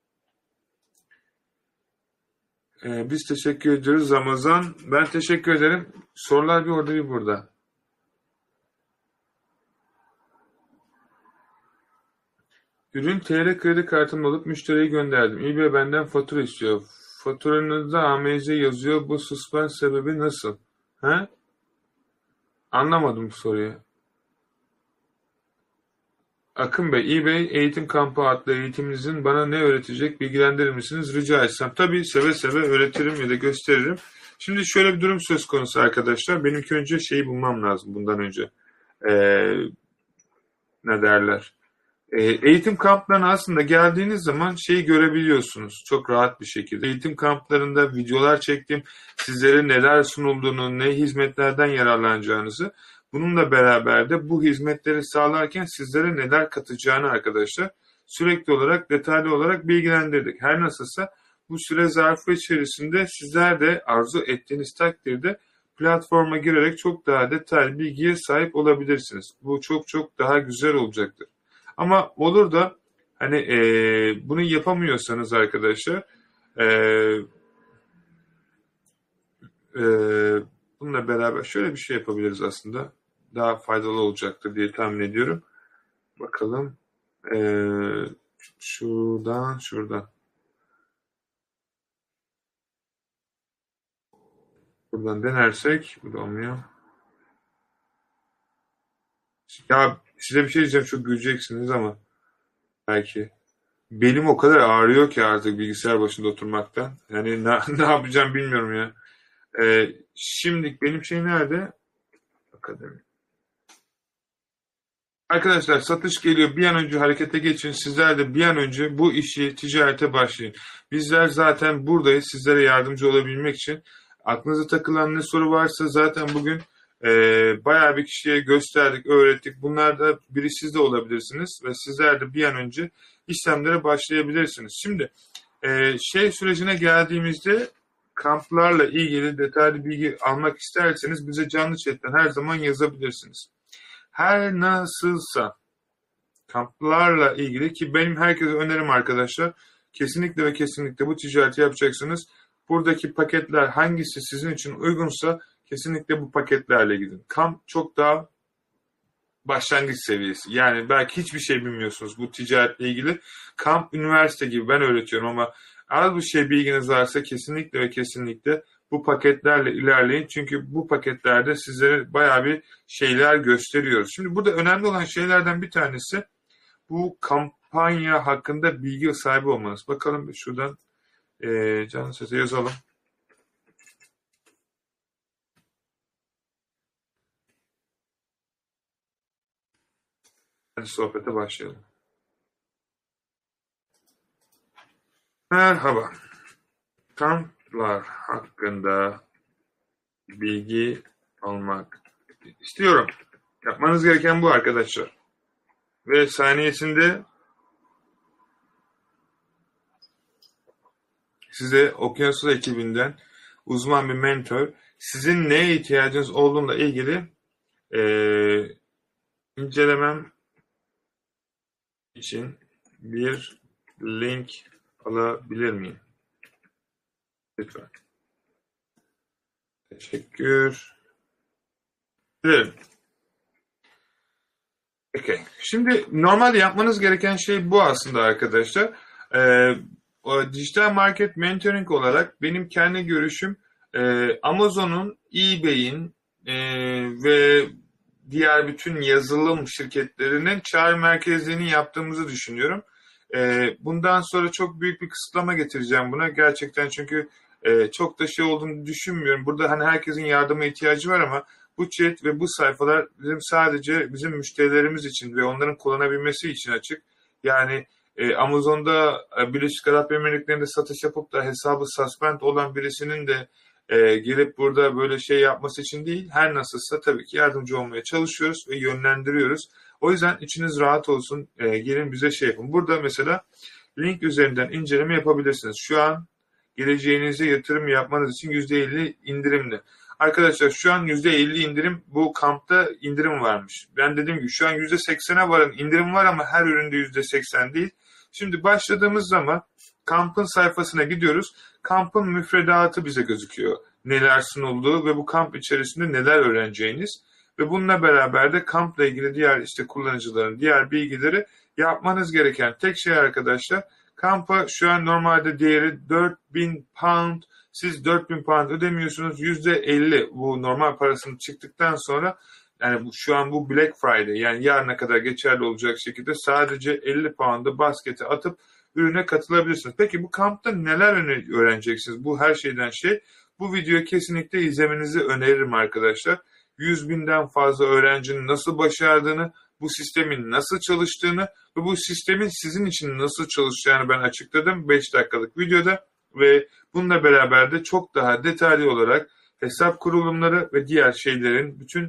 Ee, biz teşekkür ediyoruz Ramazan. Ben teşekkür ederim. Sorular bir orada bir burada. Ürün T L kredi kartımla alıp müşteriye gönderdim. eBay benden fatura istiyor. Faturanızda A M C yazıyor. Bu suspens sebebi nasıl? He? Anlamadım bu soruyu. Akın Bey, eBay eğitim kampı adlı eğitiminizin bana ne öğretecek, bilgilendirir misiniz rica etsem? Tabii seve seve öğretirim ya da gösteririm. Şimdi şöyle bir durum söz konusu arkadaşlar. Benim ilk önce şeyi bulmam lazım bundan önce. Ee, ne derler? Ee, eğitim kamplarına aslında geldiğiniz zaman şeyi görebiliyorsunuz çok rahat bir şekilde. Eğitim kamplarında videolar çektim. Sizlere neler sunulduğunu, ne hizmetlerden yararlanacağınızı. Bununla beraber de bu hizmetleri sağlarken sizlere neler katacağını arkadaşlar sürekli olarak detaylı olarak bilgilendirdik. Her nasılsa bu süre zarfı içerisinde sizler de arzu ettiğiniz takdirde platforma girerek çok daha detaylı bilgiye sahip olabilirsiniz. Bu çok çok daha güzel olacaktır. Ama olur da hani e, bunu yapamıyorsanız arkadaşlar e, e, bununla beraber şöyle bir şey yapabiliriz aslında. Daha faydalı olacaktır diye tahmin ediyorum. Bakalım. E, şuradan şuradan. Buradan denersek bu da olmuyor. Ya size bir şey diyeceğim, çok güleceksiniz ama belki. Belim o kadar ağrıyor ki artık bilgisayar başında oturmaktan. Yani ne, ne yapacağım bilmiyorum ya. Ee, şimdi benim şey nerede? Akademi. Arkadaşlar satış geliyor. Bir an önce harekete geçin. Sizler de bir an önce bu işi ticarete başlayın. Bizler zaten buradayız. Sizlere yardımcı olabilmek için. Aklınıza takılan ne soru varsa zaten bugün e, bayağı bir kişiye gösterdik, öğrettik. Bunlar da biri siz de olabilirsiniz ve sizler de bir an önce işlemlere başlayabilirsiniz. Şimdi e, şey sürecine geldiğimizde kamplarla ilgili detaylı bilgi almak isterseniz bize canlı chatten her zaman yazabilirsiniz. Her nasılsa kamplarla ilgili ki benim herkese önerim arkadaşlar. Kesinlikle ve kesinlikle bu ticareti yapacaksınız. Buradaki paketler hangisi sizin için uygunsa kesinlikle bu paketlerle gidin. Kamp çok daha başlangıç seviyesi. Yani belki hiçbir şey bilmiyorsunuz bu ticaretle ilgili. Kamp üniversite gibi ben öğretiyorum ama az bir şey bilginiz varsa kesinlikle ve kesinlikle bu paketlerle ilerleyin. Çünkü bu paketlerde sizlere bayağı bir şeyler gösteriyoruz. Şimdi burada önemli olan şeylerden bir tanesi bu kampanya hakkında bilgi sahibi olmanız. Bakalım şuradan e, canlı sese yazalım. Hadi sohbete başlayalım. Merhaba. Kamplar hakkında bilgi almak istiyorum. Yapmanız gereken bu arkadaşlar. Ve saniyesinde size Okyanuslar ekibinden uzman bir mentor sizin neye ihtiyacınız olduğuyla ilgili e, incelemem için bir link alabilir miyim? Lütfen. Teşekkür ederim. Okay. Şimdi normalde yapmanız gereken şey bu aslında arkadaşlar. Ee, o dijital market mentoring olarak benim kendi görüşüm e, Amazon'un, eBay'in e, ve diğer bütün yazılım şirketlerinin çağrı merkezlerini yaptığımızı düşünüyorum. E, bundan sonra çok büyük bir kısıtlama getireceğim buna. Gerçekten çünkü e, çok da şey olduğunu düşünmüyorum. Burada hani herkesin yardıma ihtiyacı var ama bu chat ve bu sayfalar bizim sadece bizim müşterilerimiz için ve onların kullanabilmesi için açık. Yani e, Amazon'da e, Birleşik Arap Emirlikleri'nde satış yapıp da hesabı suspend olan birisinin de e, gelip burada böyle şey yapması için değil. Her nasılsa tabii ki yardımcı olmaya çalışıyoruz ve yönlendiriyoruz. O yüzden içiniz rahat olsun. E, gelin bize şey yapın. Burada mesela link üzerinden inceleme yapabilirsiniz. Şu an geleceğinize yatırım yapmanız için yüzde elli indirimli. Arkadaşlar şu an yüzde elli indirim, bu kampta indirim varmış. Ben dediğim gibi şu an yüzde seksene varan indirim var ama her üründe yüzde seksen değil. Şimdi başladığımız zaman kampın sayfasına gidiyoruz. Kampın müfredatı bize gözüküyor. Neler sunulduğu ve bu kamp içerisinde neler öğreneceğiniz. Ve bununla beraber de kampla ilgili diğer işte kullanıcıların diğer bilgileri yapmanız gereken tek şey arkadaşlar. Kampa şu an normalde değeri dört bin pound. Siz dört bin pound ödemiyorsunuz. yüzde elli bu normal parasını çıktıktan sonra yani bu, şu an bu Black Friday yani yarına kadar geçerli olacak şekilde sadece elli pound'a baskete atıp ürüne katılabilirsiniz. Peki bu kampta neler öğreneceksiniz? Bu her şeyden şey. Bu videoyu kesinlikle izlemenizi öneririm arkadaşlar. yüz binden fazla öğrencinin nasıl başardığını, bu sistemin nasıl çalıştığını ve bu sistemin sizin için nasıl çalışacağını ben açıkladım beş dakikalık videoda ve bununla beraber de çok daha detaylı olarak hesap kurulumları ve diğer şeylerin bütün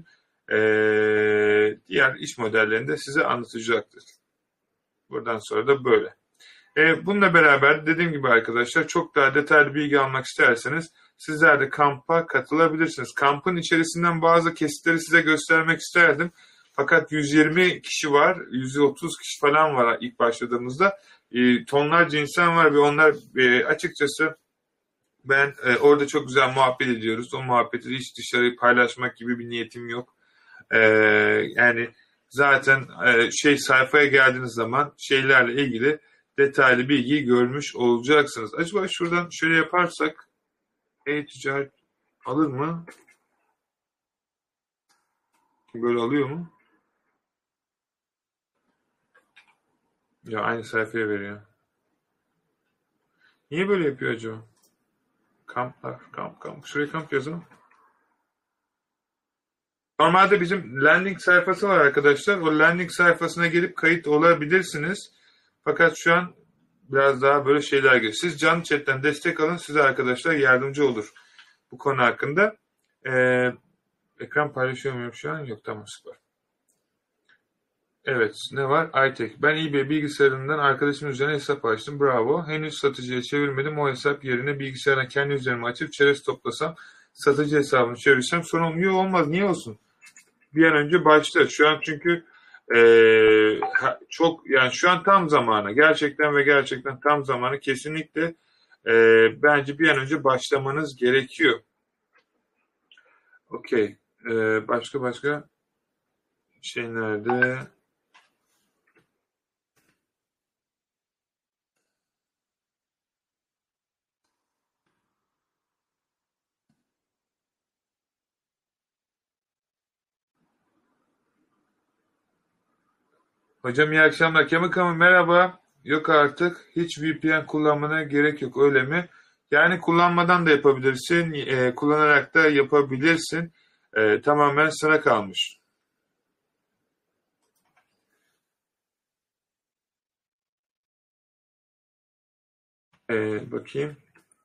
ee, diğer iş modellerini de size anlatacaktır. Buradan sonra da böyle. E, bununla beraber dediğim gibi arkadaşlar çok daha detaylı bilgi almak isterseniz sizler de kampa katılabilirsiniz. Kampın içerisinden bazı kesitleri size göstermek isterdim. Fakat yüz yirmi kişi var, yüz otuz kişi falan var ilk başladığımızda. E, tonlarca insan var ve onlar e, açıkçası ben e, orada çok güzel muhabbet ediyoruz. O muhabbeti hiç dışarı paylaşmak gibi bir niyetim yok. E, yani zaten e, şey sayfaya geldiğiniz zaman şeylerle ilgili detaylı bilgiyi görmüş olacaksınız. Acaba şuradan şöyle yaparsak e-ticaret alır mı? Böyle alıyor mu? Ya aynı sayfaya veriyor. Niye böyle yapıyor acaba? Kamplar, kamp, kamp. Şuraya kamp yazalım. Normalde bizim landing sayfası var arkadaşlar. O landing sayfasına gelip kayıt olabilirsiniz. Fakat şu an biraz daha böyle şeyler geliyor. Siz canlı chatten destek alın. Size arkadaşlar yardımcı olur bu konu hakkında. Ee, ekran paylaşıyor muyum şu an? Yok, tamam, süper. Evet, ne var? iTech. Ben eBay bilgisayarından arkadaşımın üzerine hesap açtım. Bravo. Henüz satıcıya çevirmedim. O hesap yerine bilgisayardan kendi üzerime açıp çerez toplasam, satıcı hesabını çevirsem sorun olmuyor. Olmaz. Niye olsun? Bir an önce başla. Şu an çünkü ee, çok yani şu an tam zamanı. Gerçekten ve gerçekten tam zamanı. Kesinlikle ee, bence bir an önce başlamanız gerekiyor. Okey. Ee, başka başka şey nerede? Hocam iyi akşamlar. Kemikama merhaba. Yok artık. Hiç V P N kullanmana gerek yok, öyle mi? Yani kullanmadan da yapabilirsin. E, kullanarak da yapabilirsin. E, tamamen sana kalmış. E, bakayım.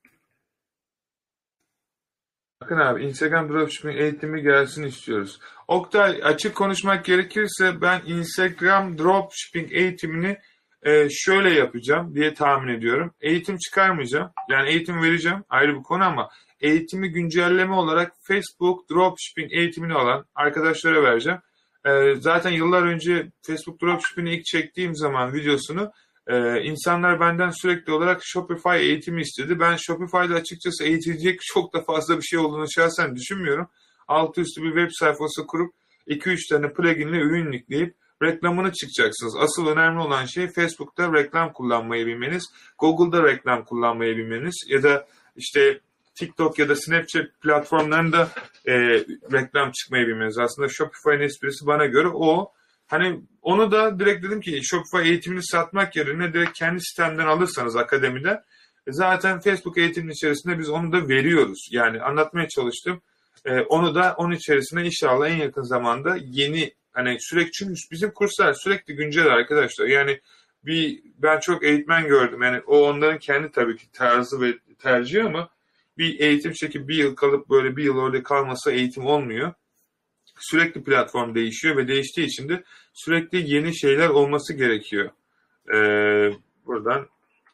Bakın abi, Instagram dropshipping eğitimi gelsin istiyoruz. Oktay, açık konuşmak gerekirse ben Instagram dropshipping eğitimini e, şöyle yapacağım diye tahmin ediyorum. Eğitim çıkarmayacağım. Yani eğitim vereceğim, ayrı bir konu, ama eğitimi güncelleme olarak Facebook dropshipping eğitimini alan arkadaşlara vereceğim. E, zaten yıllar önce Facebook dropshipping'i ilk çektiğim zaman videosunu ee, insanlar benden sürekli olarak Shopify eğitimi istedi. Ben Shopify'da açıkçası eğitilecek çok da fazla bir şey olduğunu şahsen düşünmüyorum. Altı üstü bir web sayfası kurup iki üç tane pluginle ürün yükleyip reklamını çıkacaksınız. Asıl önemli olan şey Facebook'ta reklam kullanmayı bilmeniz, Google'da reklam kullanmayı bilmeniz ya da işte TikTok ya da Snapchat platformlarında e, reklam çıkmayı bilmeniz. Aslında Shopify'ın esprisi bana göre o. Hani onu da direkt dedim ki Shopify eğitimini satmak yerine direkt kendi sistemden alırsanız akademiden, zaten Facebook eğitimin içerisinde biz onu da veriyoruz. Yani anlatmaya çalıştım. Ee, onu da onun içerisine inşallah en yakın zamanda yeni, hani sürekli, çünkü bizim kurslar sürekli güncel arkadaşlar. Yani bir ben çok eğitmen gördüm. Yani o onların kendi tabii ki tarzı ve tercihi, ama bir eğitim çekip bir yıl kalıp böyle bir yıl orada kalması eğitim olmuyor. Sürekli platform değişiyor ve değiştiği için de sürekli yeni şeyler olması gerekiyor. Ee, buradan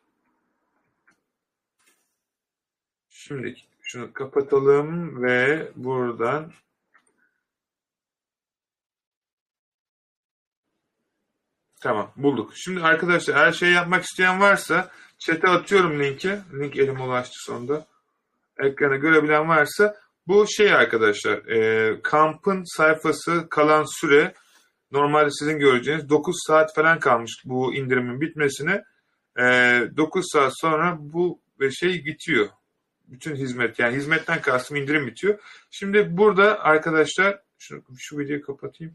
şimdi şunu kapatalım ve buradan tamam, bulduk. Şimdi arkadaşlar, her şey yapmak isteyen varsa chat'e atıyorum linki. Link elime ulaştı sonunda. Ekrana görebilen varsa, bu şey arkadaşlar, e, kampın sayfası, kalan süre normalde sizin göreceğiniz dokuz saat falan kalmış bu indirimin bitmesine. E, dokuz saat sonra bu şey bitiyor. Bütün hizmet, yani hizmetten kastım indirim bitiyor. Şimdi burada arkadaşlar şunu, şu videoyu kapatayım.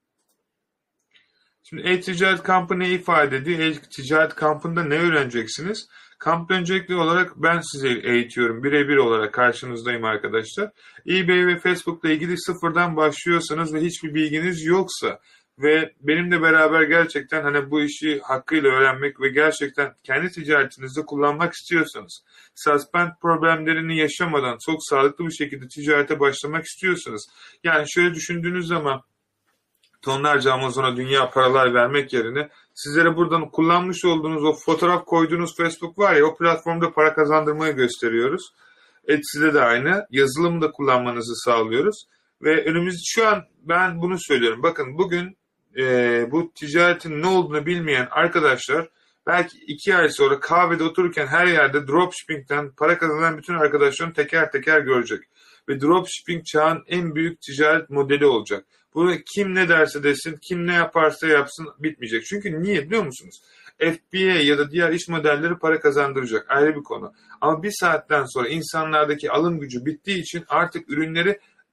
Şimdi e-ticaret kampı ne ifade ediyor? E-ticaret kampında ne öğreneceksiniz? Kampta öncelikli olarak ben size eğitiyorum. Birebir olarak karşınızdayım arkadaşlar. eBay ve Facebook'la ilgili sıfırdan başlıyorsanız ve hiçbir bilginiz yoksa ve benimle beraber gerçekten hani bu işi hakkıyla öğrenmek ve gerçekten kendi ticaretinizde kullanmak istiyorsanız, suspend problemlerini yaşamadan çok sağlıklı bir şekilde ticarete başlamak istiyorsanız, yani şöyle düşündüğünüz zaman tonlarca Amazon'a dünya paralar vermek yerine sizlere buradan kullanmış olduğunuz o fotoğraf koyduğunuz Facebook var ya, o platformda para kazandırmayı gösteriyoruz. Etsy'de de aynı. Yazılımı da kullanmanızı sağlıyoruz. Ve önümüz şu an ben bunu söylüyorum. Bakın bugün e, bu ticaretin ne olduğunu bilmeyen arkadaşlar belki iki ay sonra kahvede otururken her yerde dropshipping'den para kazanan bütün arkadaşlarını teker teker görecek. Ve dropshipping çağın en büyük ticaret modeli olacak. Bunu kim ne derse desin, kim ne yaparsa yapsın bitmeyecek. Çünkü niye biliyor musunuz? F B A ya da diğer iş modelleri para kazandıracak, ayrı bir konu. Ama bir saatten sonra insanlardaki alım gücü bittiği için artık ürünleri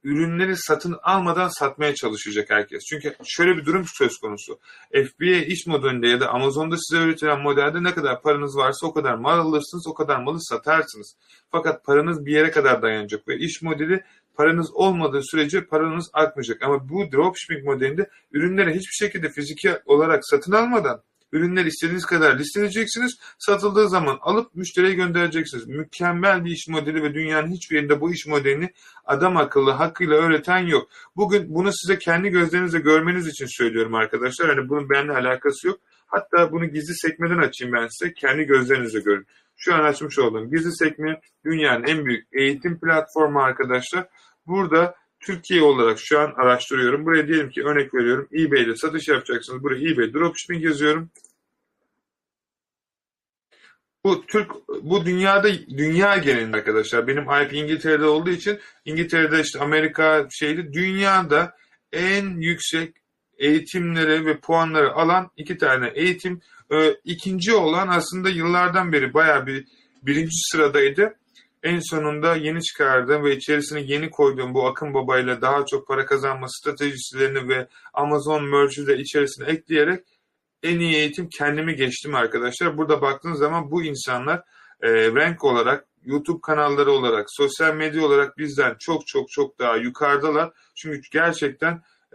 ürünleri satın almadan satmaya çalışacak herkes. Çünkü şöyle bir durum söz konusu. F B A iş modelinde ya da Amazon'da size üretilen modelde ne kadar paranız varsa o kadar mal alırsınız, o kadar malı satarsınız. Fakat paranız bir yere kadar dayanacak ve iş modeli paranız olmadığı sürece paranız artmayacak. Ama bu dropshipping modelinde ürünleri hiçbir şekilde fiziki olarak satın almadan ürünleri istediğiniz kadar listeleyeceksiniz. Satıldığı zaman alıp müşteriye göndereceksiniz. Mükemmel bir iş modeli ve dünyanın hiçbir yerinde bu iş modelini adam akıllı hakkıyla öğreten yok. Bugün bunu size kendi gözlerinizle görmeniz için söylüyorum arkadaşlar. Hani bunun benimle alakası yok. Hatta bunu gizli sekmeden açayım ben size. Kendi gözlerinizle görün. Şu an açmış olduğum gizli sekme dünyanın en büyük eğitim platformu arkadaşlar. Burada Türkiye olarak şu an araştırıyorum. Buraya diyelim ki örnek veriyorum. eBay'de satış yapacaksınız. Buraya eBay dropshipping yazıyorum. Bu Türk, bu dünyada dünya genelinde arkadaşlar. Benim I P İngiltere'de olduğu için İngiltere'de işte Amerika şeydi. Dünyada en yüksek eğitimleri ve puanları alan iki tane eğitim. Ee, ikinci olan aslında yıllardan beri bayağı bir birinci sıradaydı. En sonunda yeni çıkardığım ve içerisine yeni koyduğum bu Akın Baba ile daha çok para kazanma stratejisini ve Amazon Merch'ü de içerisine ekleyerek en iyi eğitim kendimi geçtim arkadaşlar. Burada baktığınız zaman bu insanlar e, rank olarak, YouTube kanalları olarak, sosyal medya olarak bizden çok çok çok daha yukarıdalar. Çünkü gerçekten e,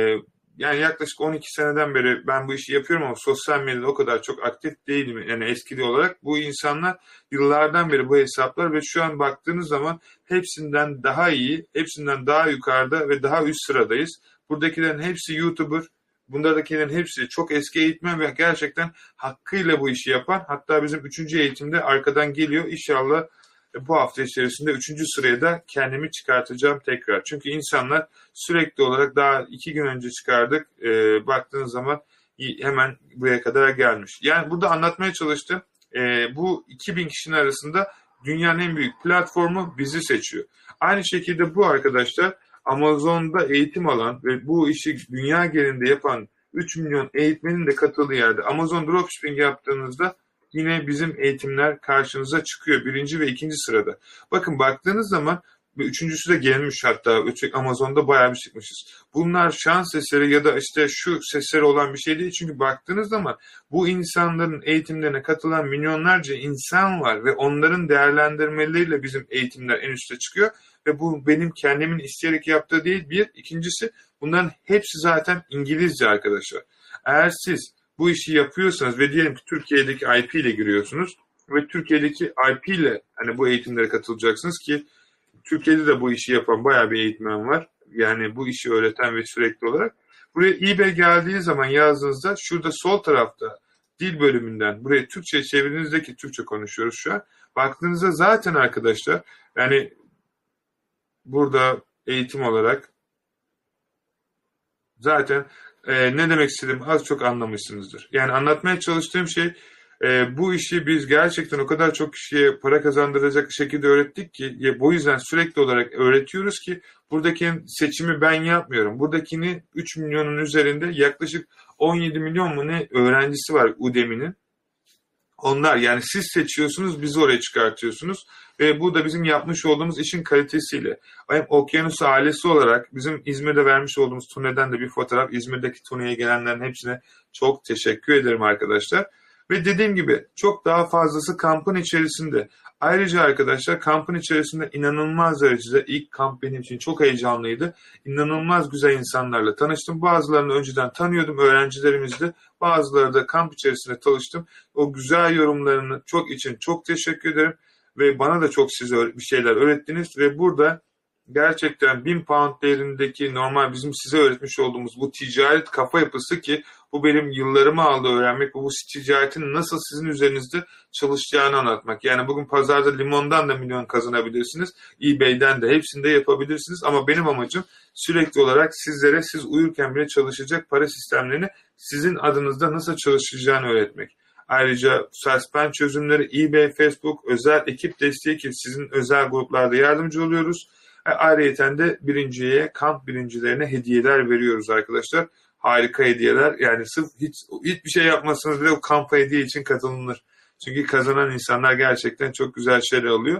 yani yaklaşık on iki seneden beri ben bu işi yapıyorum ama sosyal medyada o kadar çok aktif değilim. Yani eskili olarak bu insanlar yıllardan beri bu hesaplar ve şu an baktığınız zaman hepsinden daha iyi, hepsinden daha yukarıda ve daha üst sıradayız. Buradakilerin hepsi YouTuber. Bunlardakilerin hepsi çok eski eğitmen ve gerçekten hakkıyla bu işi yapan. Hatta bizim üçüncü eğitimde arkadan geliyor. İnşallah bu hafta içerisinde üçüncü sıraya da kendimi çıkartacağım tekrar. Çünkü insanlar sürekli olarak daha iki gün önce çıkardık. E, baktığınız zaman hemen buraya kadar gelmiş. Yani burada anlatmaya çalıştım. E, bu iki bin kişinin arasında dünyanın en büyük platformu bizi seçiyor. Aynı şekilde bu arkadaşlar Amazon'da eğitim alan ve bu işi dünya genelinde yapan üç milyon eğitmenin de katıldığı yerde Amazon Dropshipping yaptığınızda yine bizim eğitimler karşınıza çıkıyor. Birinci ve ikinci sırada. Bakın baktığınız zaman üçüncüsü de gelmiş hatta Amazon'da bayağı bir çıkmışız. Bunlar şans eseri ya da işte şu sesleri olan bir şey değil. Çünkü baktığınız zaman bu insanların eğitimlerine katılan milyonlarca insan var ve onların değerlendirmeleriyle bizim eğitimler en üste çıkıyor. Ve bu benim kendimin isteyerek yaptığı değil bir. İkincisi bunların hepsi zaten İngilizce arkadaşlar. Eğer siz bu işi yapıyorsanız ve diyelim ki Türkiye'deki I P ile giriyorsunuz ve Türkiye'deki I P ile hani bu eğitimlere katılacaksınız ki Türkiye'de de bu işi yapan bayağı bir eğitmen var. Yani bu işi öğreten ve sürekli olarak. Buraya eBay geldiği zaman yazdığınızda şurada sol tarafta dil bölümünden buraya Türkçe çevirdiğinizdeki Türkçe konuşuyoruz şu an. Baktığınızda zaten arkadaşlar yani burada eğitim olarak zaten e, ne demek istediğimi az çok anlamışsınızdır. Yani anlatmaya çalıştığım şey e, bu işi biz gerçekten o kadar çok kişiye para kazandıracak şekilde öğrettik ki ya, bu yüzden sürekli olarak öğretiyoruz ki buradaki seçimi ben yapmıyorum. Buradakini üç milyonun üzerinde yaklaşık on yedi milyon mu ne öğrencisi var Udemy'nin. Onlar yani siz seçiyorsunuz, bizi oraya çıkartıyorsunuz ve bu da bizim yapmış olduğumuz işin kalitesiyle. Hem Okyanus ailesi olarak bizim İzmir'de vermiş olduğumuz turneden de bir fotoğraf. İzmir'deki turneye gelenlerin hepsine çok teşekkür ederim arkadaşlar. Ve dediğim gibi çok daha fazlası kampın içerisinde. Ayrıca arkadaşlar kampın içerisinde inanılmaz derecede ilk kamp benim için çok heyecanlıydı. İnanılmaz güzel insanlarla tanıştım. Bazılarını önceden tanıyordum öğrencilerimizle. Bazıları da kamp içerisinde tanıştım. O güzel yorumlarını çok için çok teşekkür ederim. Ve bana da çok siz bir şeyler öğrettiniz. Ve burada gerçekten bin pound değerindeki normal bizim size öğretmiş olduğumuz bu ticaret kafa yapısı ki bu benim yıllarımı aldı öğrenmek. Bu, bu ticaretin nasıl sizin üzerinizde çalışacağını anlatmak. Yani bugün pazarda limondan da milyon kazanabilirsiniz. eBay'den de hepsinde yapabilirsiniz. Ama benim amacım sürekli olarak sizlere siz uyurken bile çalışacak para sistemlerini sizin adınızda nasıl çalışacağını öğretmek. Ayrıca suspend çözümleri, eBay, Facebook, özel ekip desteği ki sizin özel gruplarda yardımcı oluyoruz. Ayrıca de birinciye, kamp birincilerine hediyeler veriyoruz arkadaşlar. Harika hediyeler. Yani sırf hiç hiçbir şey yapmasanız bile o kampa hediye için kazanılır. Çünkü kazanan insanlar gerçekten çok güzel şeyler alıyor.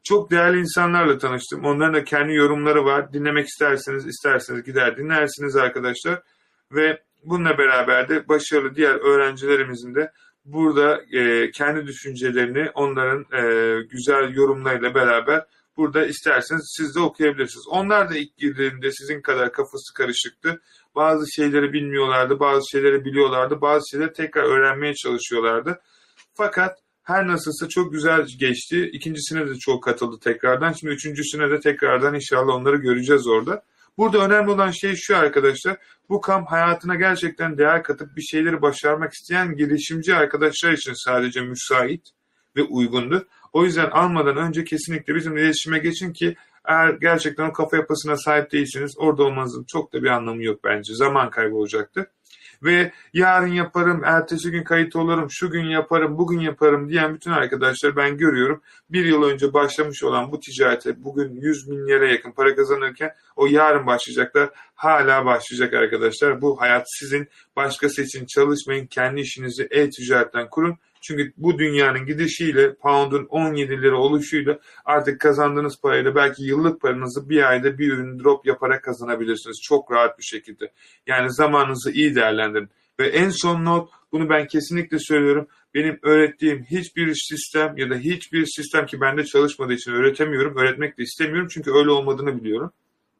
Çok değerli insanlarla tanıştım. Onların da kendi yorumları var. Dinlemek isterseniz, isterseniz gider dinlersiniz arkadaşlar. Ve bununla beraber de başarılı diğer öğrencilerimizin de burada e, kendi düşüncelerini onların e, güzel yorumlarıyla beraber burada isterseniz siz de okuyabilirsiniz. Onlar da ilk girdiğinde sizin kadar kafası karışıktı. Bazı şeyleri bilmiyorlardı, bazı şeyleri biliyorlardı, bazı şeyleri tekrar öğrenmeye çalışıyorlardı. Fakat her nasılsa çok güzel geçti. İkincisine de çok katıldı tekrardan. Şimdi üçüncüsüne de tekrardan inşallah onları göreceğiz orada. Burada önemli olan şey şu arkadaşlar. Bu kamp hayatına gerçekten değer katıp bir şeyleri başarmak isteyen girişimci arkadaşlar için sadece müsait ve uygundur. O yüzden almadan önce kesinlikle bizim iletişime geçin ki eğer gerçekten o kafa yapısına sahip değilseniz orada olmanızın çok da bir anlamı yok bence. Zaman kaybı olacaktır. Ve yarın yaparım, ertesi gün kayıt olurum, şu gün yaparım, bugün yaparım diyen bütün arkadaşlar ben görüyorum. Bir yıl önce başlamış olan bu ticarete bugün yüz bin liraya yakın para kazanırken o yarın başlayacaklar. Hala başlayacak arkadaşlar. Bu hayat sizin. Başkası için çalışmayın. Kendi işinizi e-ticaretten kurun. Çünkü bu dünyanın gidişiyle, pound'un on yedi lira oluşuyla artık kazandığınız parayla belki yıllık paranızı bir ayda bir ürün drop yaparak kazanabilirsiniz. Çok rahat bir şekilde. Yani zamanınızı iyi değerlendirin. Ve en son not, bunu ben kesinlikle söylüyorum. Benim öğrettiğim hiçbir sistem ya da hiçbir sistem ki bende çalışmadığı için öğretemiyorum. Öğretmek de istemiyorum çünkü öyle olmadığını biliyorum.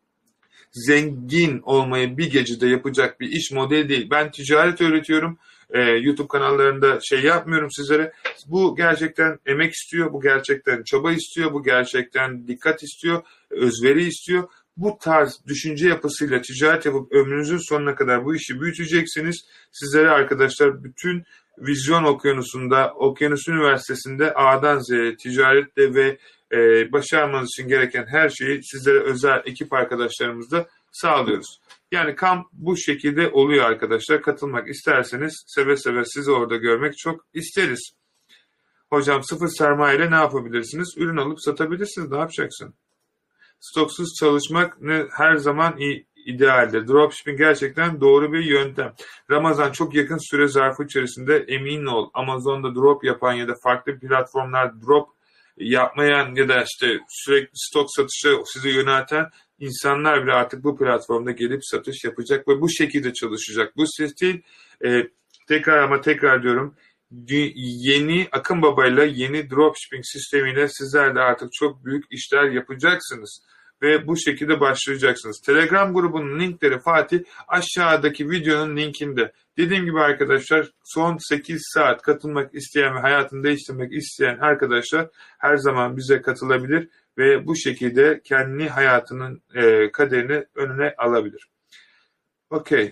Zengin olmayı bir gecede yapacak bir iş modeli değil. Ben ticaret öğretiyorum. Ee, YouTube kanallarında şey yapmıyorum sizlere. Bu gerçekten emek istiyor, bu gerçekten çaba istiyor, bu gerçekten dikkat istiyor, özveri istiyor. Bu tarz düşünce yapısıyla ticaret yapıp ömrünüzün sonuna kadar bu işi büyüteceksiniz. Sizlere arkadaşlar bütün Vizyon Okyanusu'nda, Okyanus Üniversitesi'nde A'dan Z'ye ticarette ve e, başarmanız için gereken her şeyi sizlere özel ekip arkadaşlarımızla sağlıyoruz. Yani kamp bu şekilde oluyor arkadaşlar. Katılmak isterseniz seve seve sizi orada görmek çok isteriz. Hocam sıfır sermaye ile ne yapabilirsiniz? Ürün alıp satabilirsiniz. Ne yapacaksın? Stoksuz çalışmak ne, her zaman iyi, idealdir. Dropshipping gerçekten doğru bir yöntem. Ramazan çok yakın süre zarfı içerisinde emin ol Amazon'da drop yapan ya da farklı platformlar drop yapmayan ya da işte sürekli stok satışı sizi yönelten insanlar bile artık bu platformda gelip satış yapacak ve bu şekilde çalışacak. Bu stil e, tekrar ama tekrar diyorum yeni Akın Baba'yla yeni dropshipping sistemiyle sizler de artık çok büyük işler yapacaksınız. Ve bu şekilde başlayacaksınız. Telegram grubunun linkleri Fatih aşağıdaki videonun linkinde. Dediğim gibi arkadaşlar son sekiz saat katılmak isteyen ve hayatını değiştirmek isteyen arkadaşlar her zaman bize katılabilir ve bu şekilde kendi hayatının e, kaderini önüne alabilir. Okey.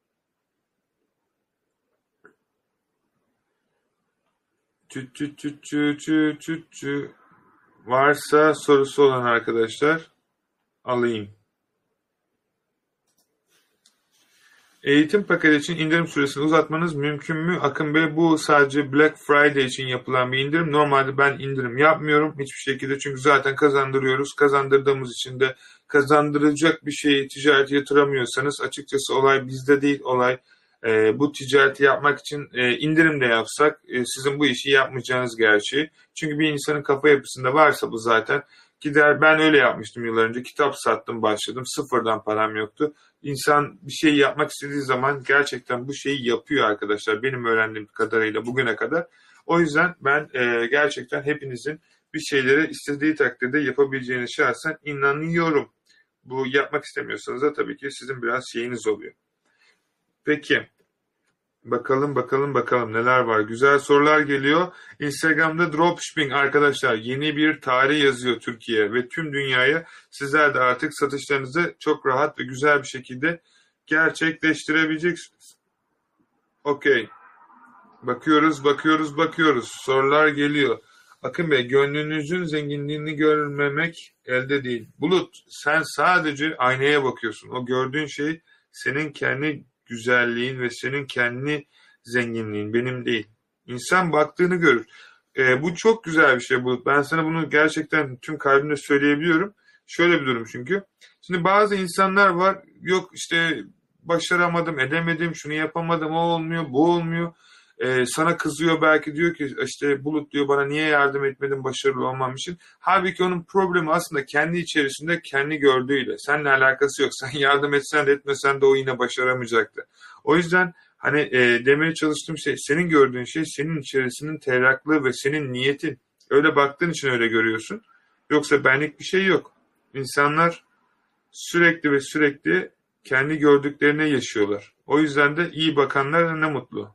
Çü çü çü çü çü çü çü. Varsa sorusu olan arkadaşlar alayım. Eğitim paketi için indirim süresini uzatmanız mümkün mü? Akın Bey bu sadece Black Friday için yapılan bir indirim. Normalde ben indirim yapmıyorum hiçbir şekilde çünkü zaten kazandırıyoruz. Kazandırdığımız için de kazandıracak bir şeyi ticarete yatıramıyorsanız açıkçası olay bizde değil olay. E, bu ticareti yapmak için e, indirim de yapsak e, sizin bu işi yapmayacağınız gerçeği. Çünkü bir insanın kafa yapısında varsa bu zaten gider ben öyle yapmıştım yıllar önce kitap sattım başladım sıfırdan param yoktu. İnsan bir şey yapmak istediği zaman gerçekten bu şeyi yapıyor arkadaşlar benim öğrendiğim kadarıyla bugüne kadar. O yüzden ben e, gerçekten hepinizin bir şeyleri istediği takdirde yapabileceğine şahsen inanıyorum. Bu yapmak istemiyorsanız da tabii ki sizin biraz şeyiniz oluyor. Peki. Bakalım bakalım bakalım neler var. Güzel sorular geliyor. Instagram'da dropshipping arkadaşlar yeni bir tarih yazıyor Türkiye ve tüm dünyaya. Sizler de artık satışlarınızı çok rahat ve güzel bir şekilde gerçekleştirebileceksiniz. Okey. Bakıyoruz bakıyoruz bakıyoruz. Sorular geliyor. Akın Bey gönlünüzün zenginliğini görmemek elde değil. Bulut sen sadece aynaya bakıyorsun. O gördüğün şey senin kendi güzelliğin ve senin kendi zenginliğin benim değil. İnsan baktığını görür. E, bu çok güzel bir şey Bulut. Ben sana bunu gerçekten tüm kalbimle söyleyebiliyorum. Şöyle bir durum çünkü. Şimdi bazı insanlar var. Yok işte başaramadım, edemedim, şunu yapamadım, o olmuyor, bu olmuyor. Ee, sana kızıyor, belki diyor ki işte Bulut diyor bana niye yardım etmedin başarılı olmam için. Halbuki onun problemi aslında kendi içerisinde, kendi gördüğüyle. Seninle alakası yok. Sen yardım etsen de etmesen de o yine başaramayacaktı. O yüzden hani e, demeye çalıştığım şey, senin gördüğün şey senin içerisinin terraklığı ve senin niyetin. Öyle baktığın için öyle görüyorsun. Yoksa benlik bir şey yok. İnsanlar sürekli ve sürekli kendi gördüklerine yaşıyorlar. O yüzden de iyi bakanlar ne mutlu.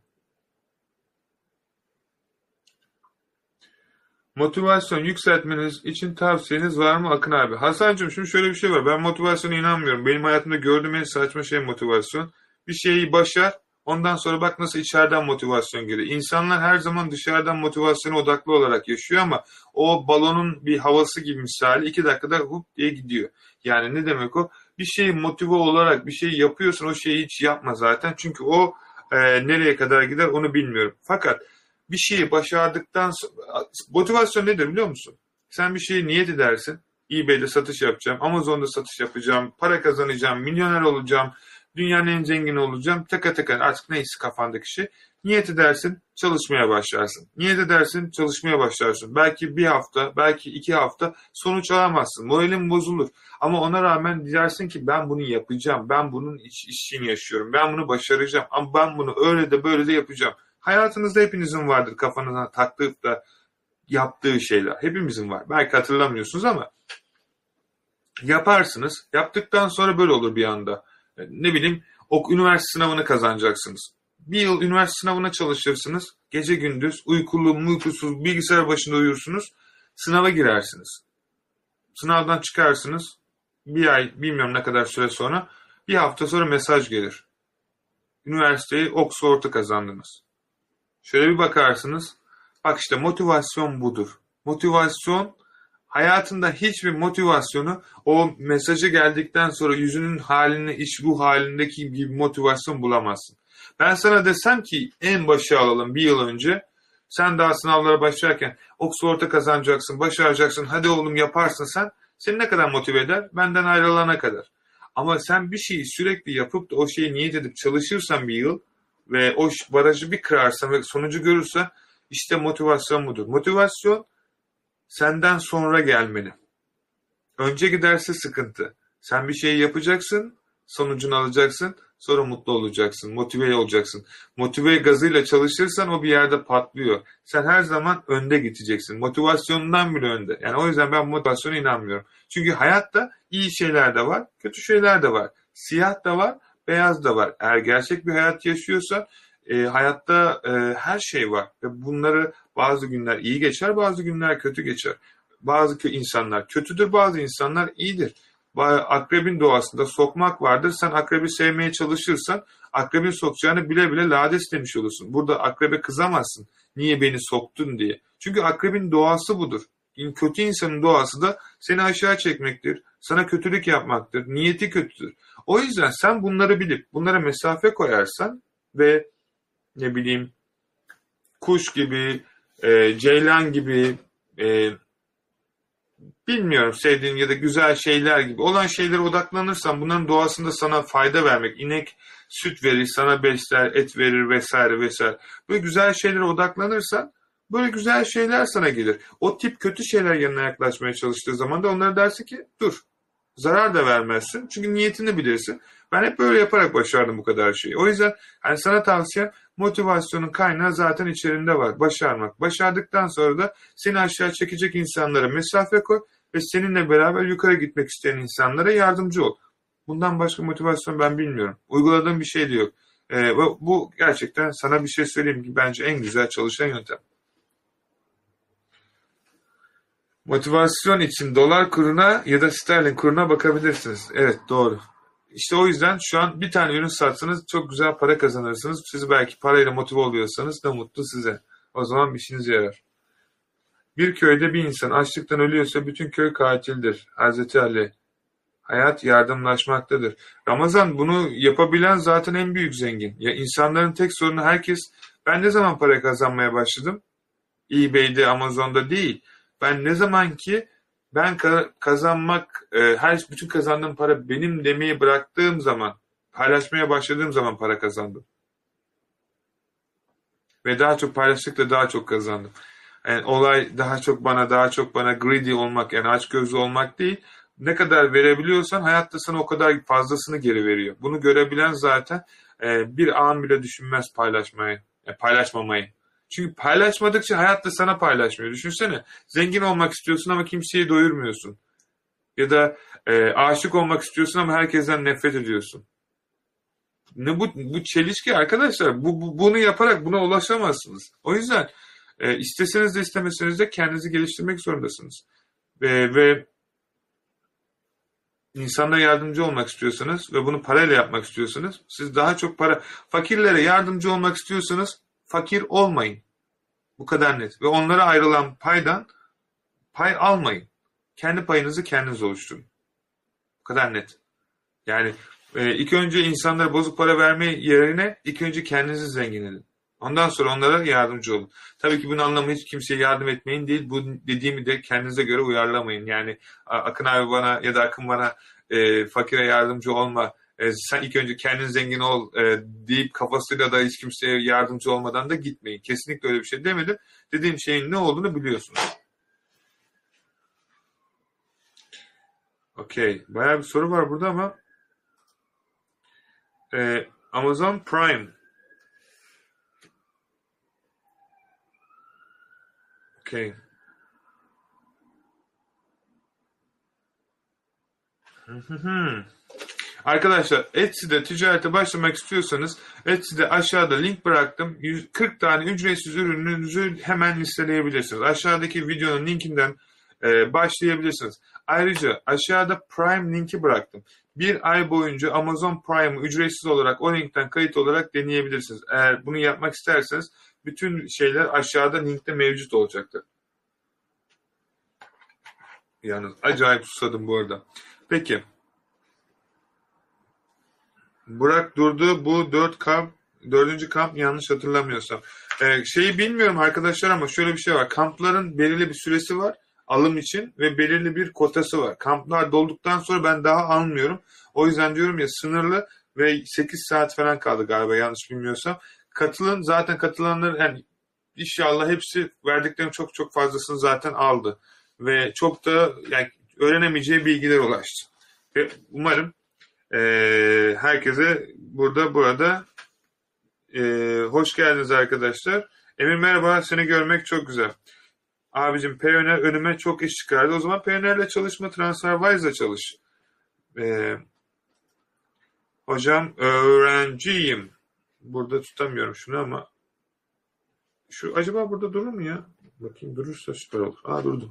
Motivasyon yükseltmeniz için tavsiyeniz var mı Akın abi? Hasan'cığım şimdi şöyle bir şey var. Ben motivasyona inanmıyorum. Benim hayatımda gördüğüm en saçma şey motivasyon. Bir şeyi başar, ondan sonra bak nasıl içeriden motivasyon geliyor. İnsanlar her zaman dışarıdan motivasyona odaklı olarak yaşıyor ama o balonun bir havası gibi misali iki dakikada hup diye gidiyor. Yani ne demek o? Bir şeyi motive olarak bir şey yapıyorsan o şeyi hiç yapma zaten. Çünkü o e, nereye kadar gider onu bilmiyorum. Fakat bir şeyi başardıktan sonra motivasyon nedir biliyor musun? Sen bir şeyi niyet edersin. eBay'de satış yapacağım, Amazon'da satış yapacağım, para kazanacağım, milyoner olacağım, dünyanın en zengin olacağım, taka taka artık neyse kafandaki şey. Niyet edersin, çalışmaya başlarsın. Niyet edersin, çalışmaya başlarsın. Belki bir hafta, belki iki hafta sonuç alamazsın. Moralin bozulur. Ama ona rağmen dersin ki ben bunu yapacağım, ben bunun iç, işini yaşıyorum, ben bunu başaracağım, ama ben bunu öyle de böyle de yapacağım. Hayatınızda hepinizin vardır kafanıza taktığı da yaptığı şeyler. Hepimizin var. Belki hatırlamıyorsunuz ama yaparsınız. Yaptıktan sonra böyle olur bir anda. Ne bileyim, ok üniversite sınavını kazanacaksınız. Bir yıl üniversite sınavına çalışırsınız. Gece gündüz uykulu, uykusuz, bilgisayar başında uyursunuz. Sınava girersiniz. Sınavdan çıkarsınız. Bir ay, bilmiyorum ne kadar süre sonra, bir hafta sonra mesaj gelir. Üniversiteyi Oxford'u kazandınız. Şöyle bir bakarsınız. Bak işte motivasyon budur. Motivasyon, hayatında hiçbir motivasyonu o mesajı geldikten sonra yüzünün halini, iç ruh halindeki gibi motivasyon bulamazsın. Ben sana desem ki en başa alalım bir yıl önce, sen daha sınavlara başlarken Oxford'a kazanacaksın, başaracaksın, hadi oğlum yaparsın sen, seni ne kadar motive eder? Benden ayrılana kadar. Ama sen bir şeyi sürekli yapıp da o şeyi niyet edip çalışırsan bir yıl ve o barajı bir kırarsan ve sonucu görürsen, işte motivasyon budur. Motivasyon senden sonra gelmeli. Önce giderse sıkıntı. Sen bir şeyi yapacaksın, sonucunu alacaksın, sonra mutlu olacaksın, motive olacaksın. Motive gazıyla çalışırsan o bir yerde patlıyor. Sen her zaman önde gideceksin. Motivasyonundan bile önde. Yani o yüzden ben motivasyona inanmıyorum. Çünkü hayatta iyi şeyler de var, kötü şeyler de var. Siyah da var, beyaz da var. Eğer gerçek bir hayat yaşıyorsan e, hayatta e, her şey var. Ve bunları bazı günler iyi geçer, bazı günler kötü geçer. Bazı insanlar kötüdür, bazı insanlar iyidir. Akrebin doğasında sokmak vardır. Sen akrebi sevmeye çalışırsan akrebin sokacağını bile bile lades demiş olursun. Burada akrebe kızamazsın. Niye beni soktun diye. Çünkü akrebin doğası budur. Kötü insanın doğası da seni aşağı çekmektir. Sana kötülük yapmaktır. Niyeti kötüdür. O yüzden sen bunları bilip bunlara mesafe koyarsan ve ne bileyim kuş gibi, e, ceylan gibi, e, bilmiyorum sevdiğin ya da güzel şeyler gibi olan şeylere odaklanırsan, bunların doğasında sana fayda vermek, inek süt verir, sana besler, et verir vesaire vesaire. Böyle güzel şeylere odaklanırsan böyle güzel şeyler sana gelir. O tip kötü şeyler yanına yaklaşmaya çalıştığı zaman da onlara dersin ki dur. Zarar da vermezsin. Çünkü niyetini bilirsin. Ben hep böyle yaparak başardım bu kadar şeyi. O yüzden hani sana tavsiyem, motivasyonun kaynağı zaten içerinde var. Başarmak. Başardıktan sonra da seni aşağı çekecek insanlara mesafe koy ve seninle beraber yukarı gitmek isteyen insanlara yardımcı ol. Bundan başka motivasyon ben bilmiyorum. Uyguladığım bir şey de yok. Ee, bu gerçekten sana bir şey söyleyeyim ki bence en güzel çalışan yöntem. Motivasyon için dolar kuruna ya da sterlin kuruna bakabilirsiniz. Evet, doğru. İşte o yüzden şu an bir tane ürün satsanız çok güzel para kazanırsınız. Siz belki parayla motive oluyorsanız da mutlu size. O zaman bir işinize yarar. Bir köyde bir insan açlıktan ölüyorsa bütün köy katildir. Hazreti Ali. Hayat yardımlaşmaktadır. Ramazan, bunu yapabilen zaten en büyük zengin. Ya insanların tek sorunu, herkes ben ne zaman para kazanmaya başladım? eBay'de, Amazon'da değil. Ben ne zaman ki ben kazanmak, her bütün kazandığım para benim demeyi bıraktığım zaman, paylaşmaya başladığım zaman para kazandım. Ve daha çok paylaştıkça daha çok kazandım. Yani olay daha çok bana daha çok bana greedy olmak, yani açgözlü olmak değil. Ne kadar verebiliyorsan hayatta sana o kadar fazlasını geri veriyor. Bunu görebilen zaten e, bir an bile düşünmez paylaşmayı, e, paylaşmamayı. Çünkü paylaşmadıkça hayatta sana paylaşmıyor. Düşünsene, zengin olmak istiyorsun ama kimseyi doyurmuyorsun. Ya da e, aşık olmak istiyorsun ama herkesten nefret ediyorsun. Ne bu, bu çelişki arkadaşlar. Bu, bu bunu yaparak buna ulaşamazsınız. O yüzden e, isteseniz de istemeseniz de kendinizi geliştirmek zorundasınız. Ve, ve insanlara yardımcı olmak istiyorsanız ve bunu parayla yapmak istiyorsanız, siz daha çok para, fakirlere yardımcı olmak istiyorsanız fakir olmayın. Bu kadar net. Ve onlara ayrılan paydan pay almayın. Kendi payınızı kendiniz oluşturun. Bu kadar net. Yani e, ilk önce insanlara bozuk para verme yerine ilk önce kendinizi zengin edin. Ondan sonra onlara yardımcı olun. Tabii ki bunun anlamı hiç kimseye yardım etmeyin değil. Bu dediğimi de kendinize göre uyarlamayın. Yani Akın abi bana ya da Akın bana e, fakire yardımcı olma, e, sen ilk önce kendin zengin ol e, deyip kafasıyla da hiç kimseye yardımcı olmadan da gitmeyin. Kesinlikle öyle bir şey demedim. Dediğim şeyin ne olduğunu biliyorsunuz. Okey. Bayağı bir soru var burada ama e, Amazon Prime. Okey. Arkadaşlar Etsy'de ticarete başlamak istiyorsanız Etsy'de aşağıda link bıraktım. yüz kırk tane ücretsiz ürününüzü hemen listeleyebilirsiniz. Aşağıdaki videonun linkinden e, başlayabilirsiniz. Ayrıca aşağıda Prime linki bıraktım. Bir ay boyunca Amazon Prime'ı ücretsiz olarak o linkten kayıt olarak deneyebilirsiniz. Eğer bunu yapmak isterseniz bütün şeyler aşağıda linkte mevcut olacaktır. Yalnız acayip susadım bu arada. Peki. Burak durdu. Bu dört kamp, dördüncü kamp yanlış hatırlamıyorsam. Ee, şeyi bilmiyorum arkadaşlar ama şöyle bir şey var. Kampların belirli bir süresi var alım için ve belirli bir kotası var. Kamplar dolduktan sonra ben daha almıyorum. O yüzden diyorum ya, sınırlı ve sekiz saat falan kaldı galiba yanlış bilmiyorsam. Katılın, zaten katılanların yani inşallah hepsi verdiklerim çok çok fazlasını zaten aldı. Ve çok da yani öğrenemeyeceği bilgiler ulaştı. Ve umarım Ee, herkese burada burada e, hoş geldiniz arkadaşlar. Emir merhaba, seni görmek çok güzel. Abicim Payoneer önüme çok iş çıkardı. O zaman Payoneer'le çalışma, TransferWise'la çalış. Ee, hocam öğrenciyim. Burada tutamıyorum şunu ama şu acaba burada durur mu ya? Bakayım, durursa süper olur. Aa, durdu.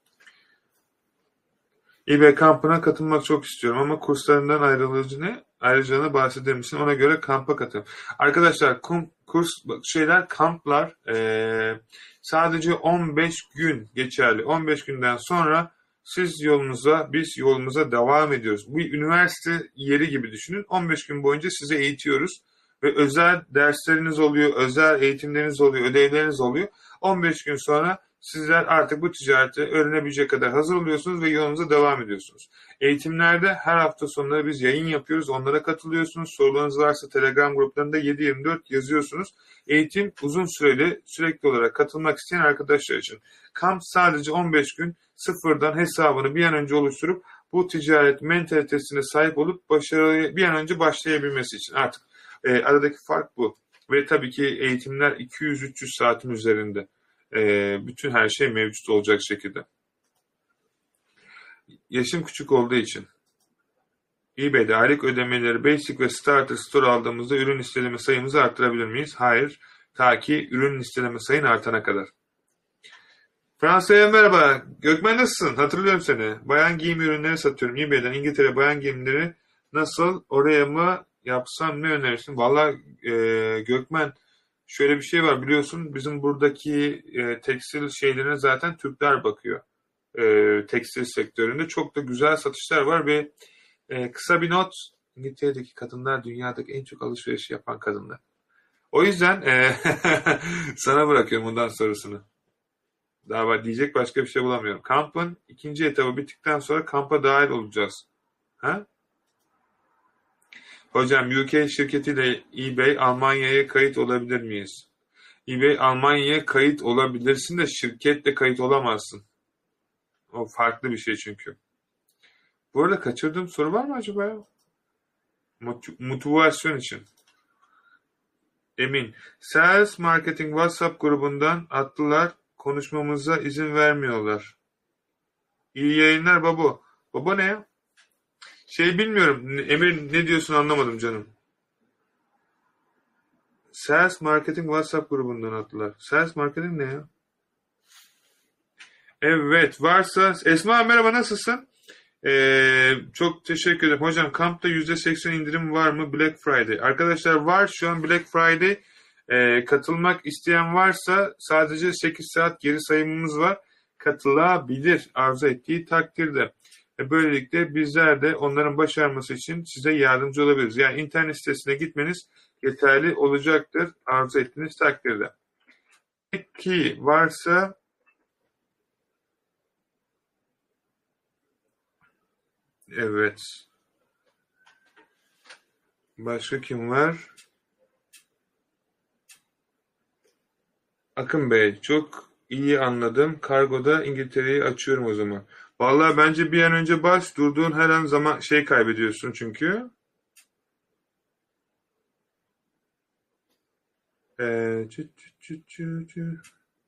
eBay kampına katılmak çok istiyorum ama kurslarından ayrılıcı ne? Ayrıcalığını bahseder misin? Ona göre kampa katıl. Arkadaşlar kum, kurs şeyler, kamplar ee, sadece on beş gün geçerli. on beş günden sonra siz yolunuza, biz yolumuza devam ediyoruz. Bu üniversite yeri gibi düşünün. on beş gün boyunca sizi eğitiyoruz ve özel dersleriniz oluyor, özel eğitimleriniz oluyor, ödevleriniz oluyor. on beş gün sonra sizler artık bu ticareti öğrenebilecek kadar hazır oluyorsunuz ve yolunuza devam ediyorsunuz. Eğitimlerde her hafta sonları biz yayın yapıyoruz. Onlara katılıyorsunuz. Sorularınız varsa Telegram gruplarında yedi yirmi dört yazıyorsunuz. Eğitim uzun süreli, sürekli olarak katılmak isteyen arkadaşlar için. Kamp sadece on beş gün, sıfırdan hesabını bir an önce oluşturup bu ticaret mentalitesine sahip olup başarıya bir an önce başlayabilmesi için. Artık e, aradaki fark bu. Ve tabii ki eğitimler iki yüz üç yüz saatin üzerinde. E, bütün her şey mevcut olacak şekilde. Yaşım küçük olduğu için. eBay'de aylık ödemeleri Basic ve Starter Store aldığımızda ürün listeleme sayımızı arttırabilir miyiz? Hayır. Ta ki ürün listeleme sayın artana kadar. Fransa'ya merhaba. Gökmen nasılsın? Hatırlıyorum seni. Bayan giyim ürünleri satıyorum. eBay'den İngiltere bayan giyimleri nasıl? Oraya mı yapsam, ne önerirsin? Valla e, Gökmen, şöyle bir şey var biliyorsun. Bizim buradaki e, tekstil şeylerine zaten Türkler bakıyor. E, tekstil sektöründe çok da güzel satışlar var ve e, kısa bir not. İngiltere'deki kadınlar dünyadaki en çok alışveriş yapan kadınlar. O yüzden e, sana bırakıyorum bundan sonrasını. Daha var diyecek başka bir şey bulamıyorum. Kampın ikinci etabı bittikten sonra kampa dahil olacağız. Ha? Hocam U K şirketiyle eBay Almanya'ya kayıt olabilir miyiz? eBay Almanya'ya kayıt olabilirsin de şirketle kayıt olamazsın. O farklı bir şey çünkü. Bu arada kaçırdığım soru var mı acaba ya? Motivasyon için. Emin. Sales Marketing WhatsApp grubundan attılar. Konuşmamıza izin vermiyorlar. İyi yayınlar babo. Baba ne ya? Şey bilmiyorum. Emir ne diyorsun anlamadım canım. Sales Marketing WhatsApp grubundan attılar. Sales Marketing ne ya? Evet varsa. Esma merhaba nasılsın? Ee, çok teşekkür ederim. Hocam kampta yüzde seksen indirim var mı Black Friday? Arkadaşlar var şu an Black Friday. Ee, katılmak isteyen varsa sadece sekiz saat geri sayımımız var. Katılabilir arzu ettiği takdirde. E, böylelikle bizler de onların başarması için size yardımcı olabiliriz. Yani internet sitesine gitmeniz yeterli olacaktır arzu ettiğiniz takdirde. Peki varsa evet. Başka kim var? Akın Bey, çok iyi anladım. Kargoda İngiltere'yi açıyorum o zaman. Vallahi bence bir an önce bas. Durduğun her an zaman şey kaybediyorsun çünkü. Ee, çü, çü, çü, çü, çü.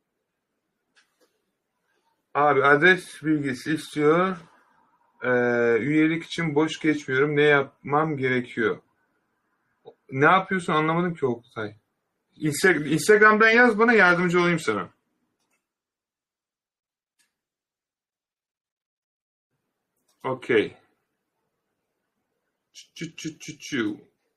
Abi adres bilgisi istiyor. Ee, üyelik için boş geçmiyorum. Ne yapmam gerekiyor? Ne yapıyorsun anlamadım ki Oktay. Insta- Instagram'dan yaz bana yardımcı olayım sana. Okey. Çü çü çü çü.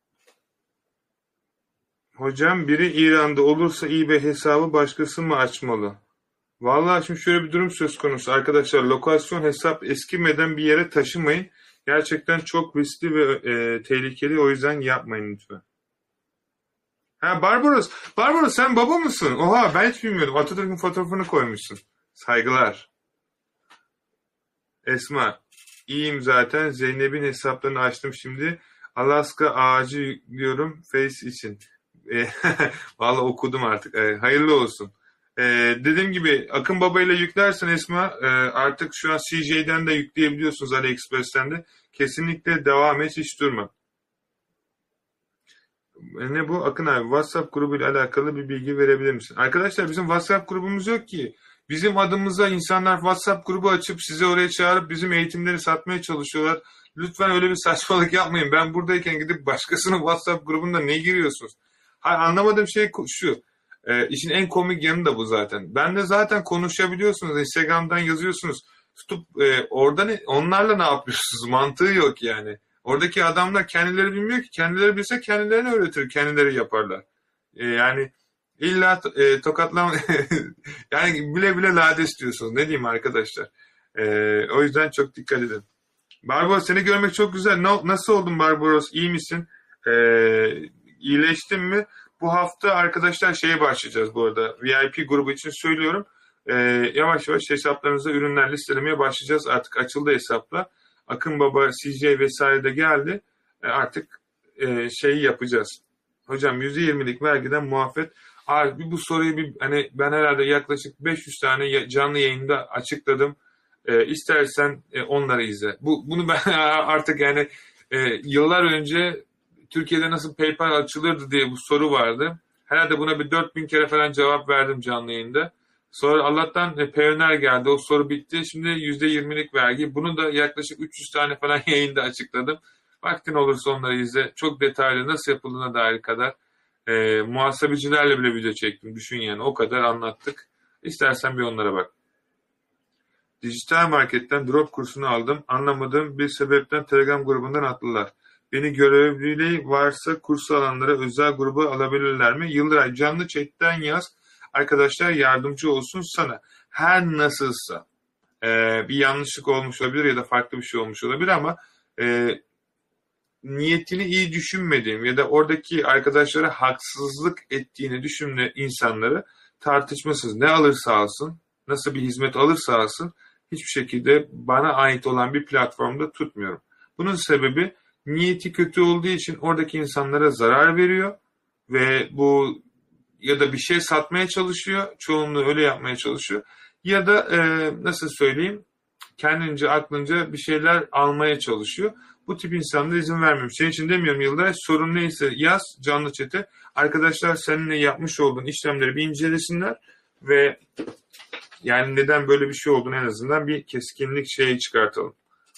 Hocam biri İran'da olursa eBay hesabı başkası mı açmalı? Vallahi şimdi şöyle bir durum söz konusu arkadaşlar. Lokasyon hesap eskimeden bir yere taşımayın. Gerçekten çok riskli ve e, tehlikeli. O yüzden yapmayın lütfen. Ha Barbaros. Barbaros sen baba mısın? Oha ben hiç bilmiyordum. Atatürk'ün fotoğrafını koymuşsun. Saygılar. Esma. İyiyim zaten. Zeynep'in hesaplarını açtım şimdi. Alaska ağacı yüklüyorum Face için. E, Vallahi okudum artık. E, hayırlı olsun. E, dediğim gibi Akın Baba ile yüklersen Esma e, artık şu an C J'den de yükleyebiliyorsunuz AliExpress'ten de. Kesinlikle devam et hiç durma. E, ne bu? Akın abi WhatsApp grubuyla alakalı bir bilgi verebilir misin? Arkadaşlar bizim WhatsApp grubumuz yok ki. Bizim adımıza insanlar WhatsApp grubu açıp sizi oraya çağırıp bizim eğitimleri satmaya çalışıyorlar. Lütfen öyle bir saçmalık yapmayın. Ben buradayken gidip başkasının WhatsApp grubunda ne giriyorsunuz? Hayır, anlamadığım şey şu. E, işin en komik yanı da bu zaten. Ben de zaten konuşabiliyorsunuz. Instagram'dan yazıyorsunuz. Tutup e, orada ne, onlarla ne yapıyorsunuz? Mantığı yok yani. Oradaki adamlar kendileri bilmiyor ki. Kendileri bilse kendilerine öğretir. Kendileri yaparlar. E, yani illa e, tokatlama yani bile bile lades diyorsunuz. Ne diyeyim arkadaşlar. E, o yüzden çok dikkat edin. Barbaros seni görmek çok güzel. No, nasıl oldun Barbaros? İyi misin? E, iyileştin mi? Bu hafta arkadaşlar şeye başlayacağız bu arada. V I P grubu için söylüyorum. E, yavaş yavaş hesaplarınıza ürünler listelemeye başlayacağız. Artık açıldı hesapla. Akın Baba, C J vesaire de geldi. E, artık e, şeyi yapacağız. Hocam yüzde yirmilik vergiden muafiyet. Abi bu soruyu bir hani ben herhalde yaklaşık beş yüz tane canlı yayında açıkladım. E, istersen e, onları izle. Bu bunu ben artık yani e, yıllar önce Türkiye'de nasıl PayPal açılırdı diye bu soru vardı. Herhalde buna bir dört bin kere falan cevap verdim canlı yayında. Sonra Allah'tan e, Payoneer geldi. O soru bitti. Şimdi yüzde yirmilik vergi. Bunu da yaklaşık üç yüz tane falan yayında açıkladım. Vaktin olursa onları izle. Çok detaylı nasıl yapıldığına dair kadar e, muhasebecilerle bile video çektim. Düşün yani o kadar anlattık. İstersen bir onlara bak. Dijital marketten drop kursunu aldım. Anlamadığım bir sebepten Telegram grubundan attılar. Beni görevliliği varsa kurs alanlara özel grubu alabilirler mi? Yıldıray canlı chatten yaz. Arkadaşlar yardımcı olsun sana. Her nasılsa e, bir yanlışlık olmuş olabilir ya da farklı bir şey olmuş olabilir ama e, niyetini iyi düşünmediğim ya da oradaki arkadaşlara haksızlık ettiğini düşünme insanları tartışmasız ne alırsa alsın, nasıl bir hizmet alırsa alsın hiçbir şekilde bana ait olan bir platformda tutmuyorum. Bunun sebebi niyeti kötü olduğu için oradaki insanlara zarar veriyor ve bu ya da bir şey satmaya çalışıyor. Çoğunluğu öyle yapmaya çalışıyor. Ya da e, nasıl söyleyeyim, kendince aklınca bir şeyler almaya çalışıyor. Bu tip insanlara izin vermiyorum. Senin için demiyorum Yıldıray. Sorun neyse yaz canlı chat'e. Arkadaşlar seninle yapmış olduğun işlemleri bir incelesinler ve yani neden böyle bir şey olduğunu en azından bir keskinlik şeyi çıkartalım.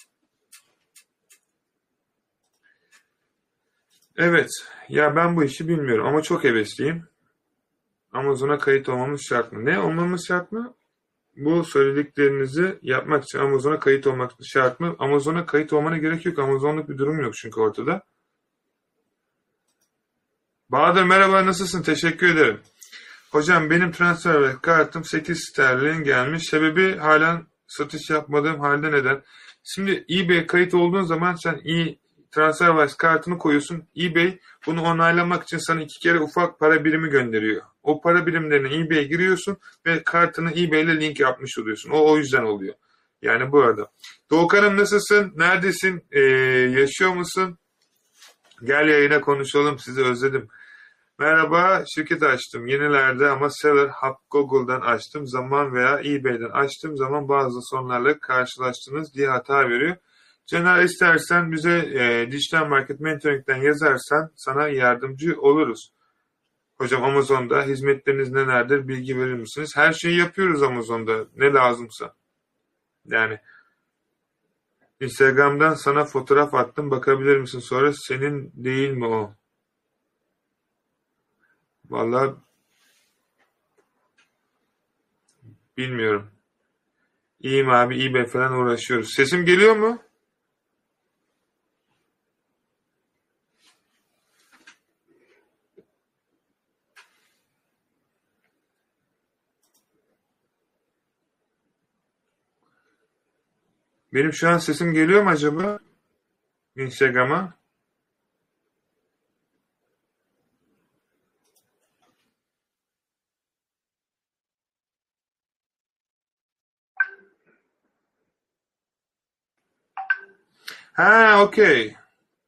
Evet. Ya ben bu işi bilmiyorum ama çok hevesliyim. Amazon'a kayıt olmamız şart mı? Ne olmamız şart mı? Bu söylediklerinizi yapmak için Amazon'a kayıt olmak şart mı? Amazon'a kayıt olmana gerek yok. Amazon'luk bir durum yok çünkü ortada. Bahadır merhaba, nasılsın? Teşekkür ederim. Hocam benim transfer kartım sekiz sterlin gelmiş. Sebebi halen satış yapmadığım halde neden? Şimdi eBay kayıt olduğun zaman sen e TransferWise kartını koyuyorsun. eBay bunu onaylamak için sana iki kere ufak para birimi gönderiyor. O para birimlerine eBay'e giriyorsun ve kartını eBay ile link yapmış oluyorsun. O o yüzden oluyor. Yani bu arada. Doğukan'ım nasılsın? Neredesin? Ee, yaşıyor musun? Gel yayına konuşalım. Sizi özledim. Merhaba, şirket açtım. Yenilerde ama Seller Hub Google'dan açtım zaman veya eBay'den açtığım zaman bazı sorunlarla karşılaştınız diye hata veriyor. Caner istersen bize e, dijital market mentoring'den yazarsan sana yardımcı oluruz. Hocam Amazon'da hizmetleriniz nelerdir bilgi verir misiniz? Her şeyi yapıyoruz Amazon'da ne lazımsa. Yani Instagram'dan sana fotoğraf attım bakabilir misin sonra senin değil mi o? Vallahi bilmiyorum. İyiyim abi eBay falan uğraşıyoruz. Sesim geliyor mu? Benim şu an sesim geliyor mu acaba? Instagram'a. Ha, okey.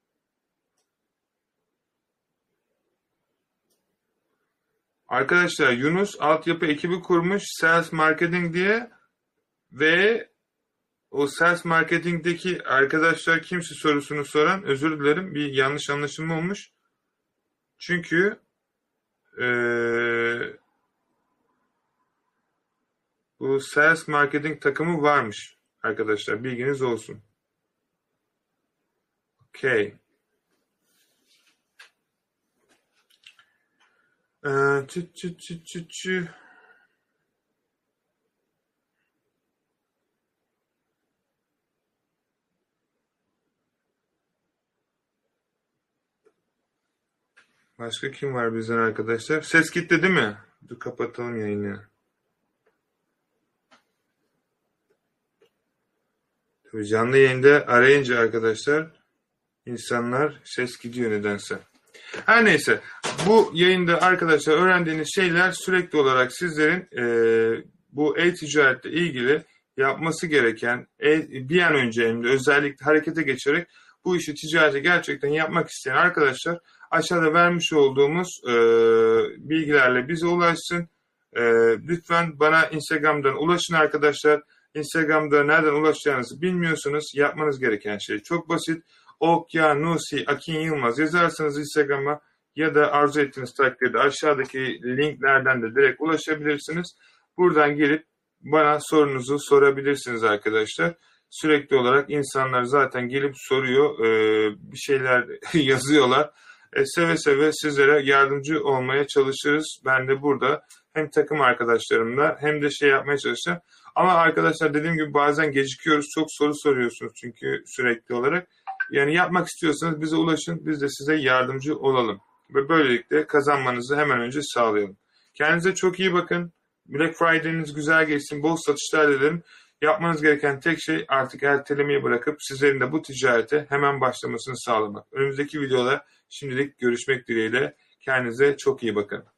Arkadaşlar Yunus altyapı ekibi kurmuş Sales Marketing diye ve o Sales Marketing'deki arkadaşlar kimse sorusunu soran, özür dilerim bir yanlış anlaşılma olmuş. Çünkü ee, bu Sales Marketing takımı varmış arkadaşlar, bilginiz olsun. Okey. Ee, çı çı çı çı çı. Başka kim var bizden arkadaşlar? Ses gitti değil mi? Dur kapatalım yayını. Tabii canlı yayında arayınca arkadaşlar insanlar ses gidiyor nedense. Her neyse bu yayında arkadaşlar öğrendiğiniz şeyler sürekli olarak sizlerin e, bu e-ticaretle ilgili yapması gereken e, bir an önce hem de özellikle harekete geçerek bu işi ticareti gerçekten yapmak isteyen arkadaşlar aşağıda vermiş olduğumuz e, bilgilerle bize ulaşsın. E, lütfen bana Instagram'dan ulaşın arkadaşlar. Instagram'da nereden ulaşacağınızı bilmiyorsunuz. Yapmanız gereken şey çok basit. Okyanusi Akin Yılmaz yazarsanız Instagram'a ya da arzu ettiğiniz takdirde aşağıdaki linklerden de direkt ulaşabilirsiniz. Buradan gelip bana sorunuzu sorabilirsiniz arkadaşlar. Sürekli olarak insanlar zaten gelip soruyor, bir şeyler yazıyorlar. E, seve seve sizlere yardımcı olmaya çalışırız. Ben de burada hem takım arkadaşlarımla hem de şey yapmaya çalışacağım. Ama arkadaşlar dediğim gibi bazen gecikiyoruz. Çok soru soruyorsunuz çünkü sürekli olarak. Yani yapmak istiyorsanız bize ulaşın. Biz de size yardımcı olalım. Ve böylelikle kazanmanızı hemen önce sağlayalım. Kendinize çok iyi bakın. Black Friday'niz güzel geçsin. Bol satışlar dilerim. Yapmanız gereken tek şey artık ertelemeyi bırakıp sizlerin de bu ticarete hemen başlamasını sağlamak. Önümüzdeki videoda şimdilik görüşmek dileğiyle. Kendinize çok iyi bakın.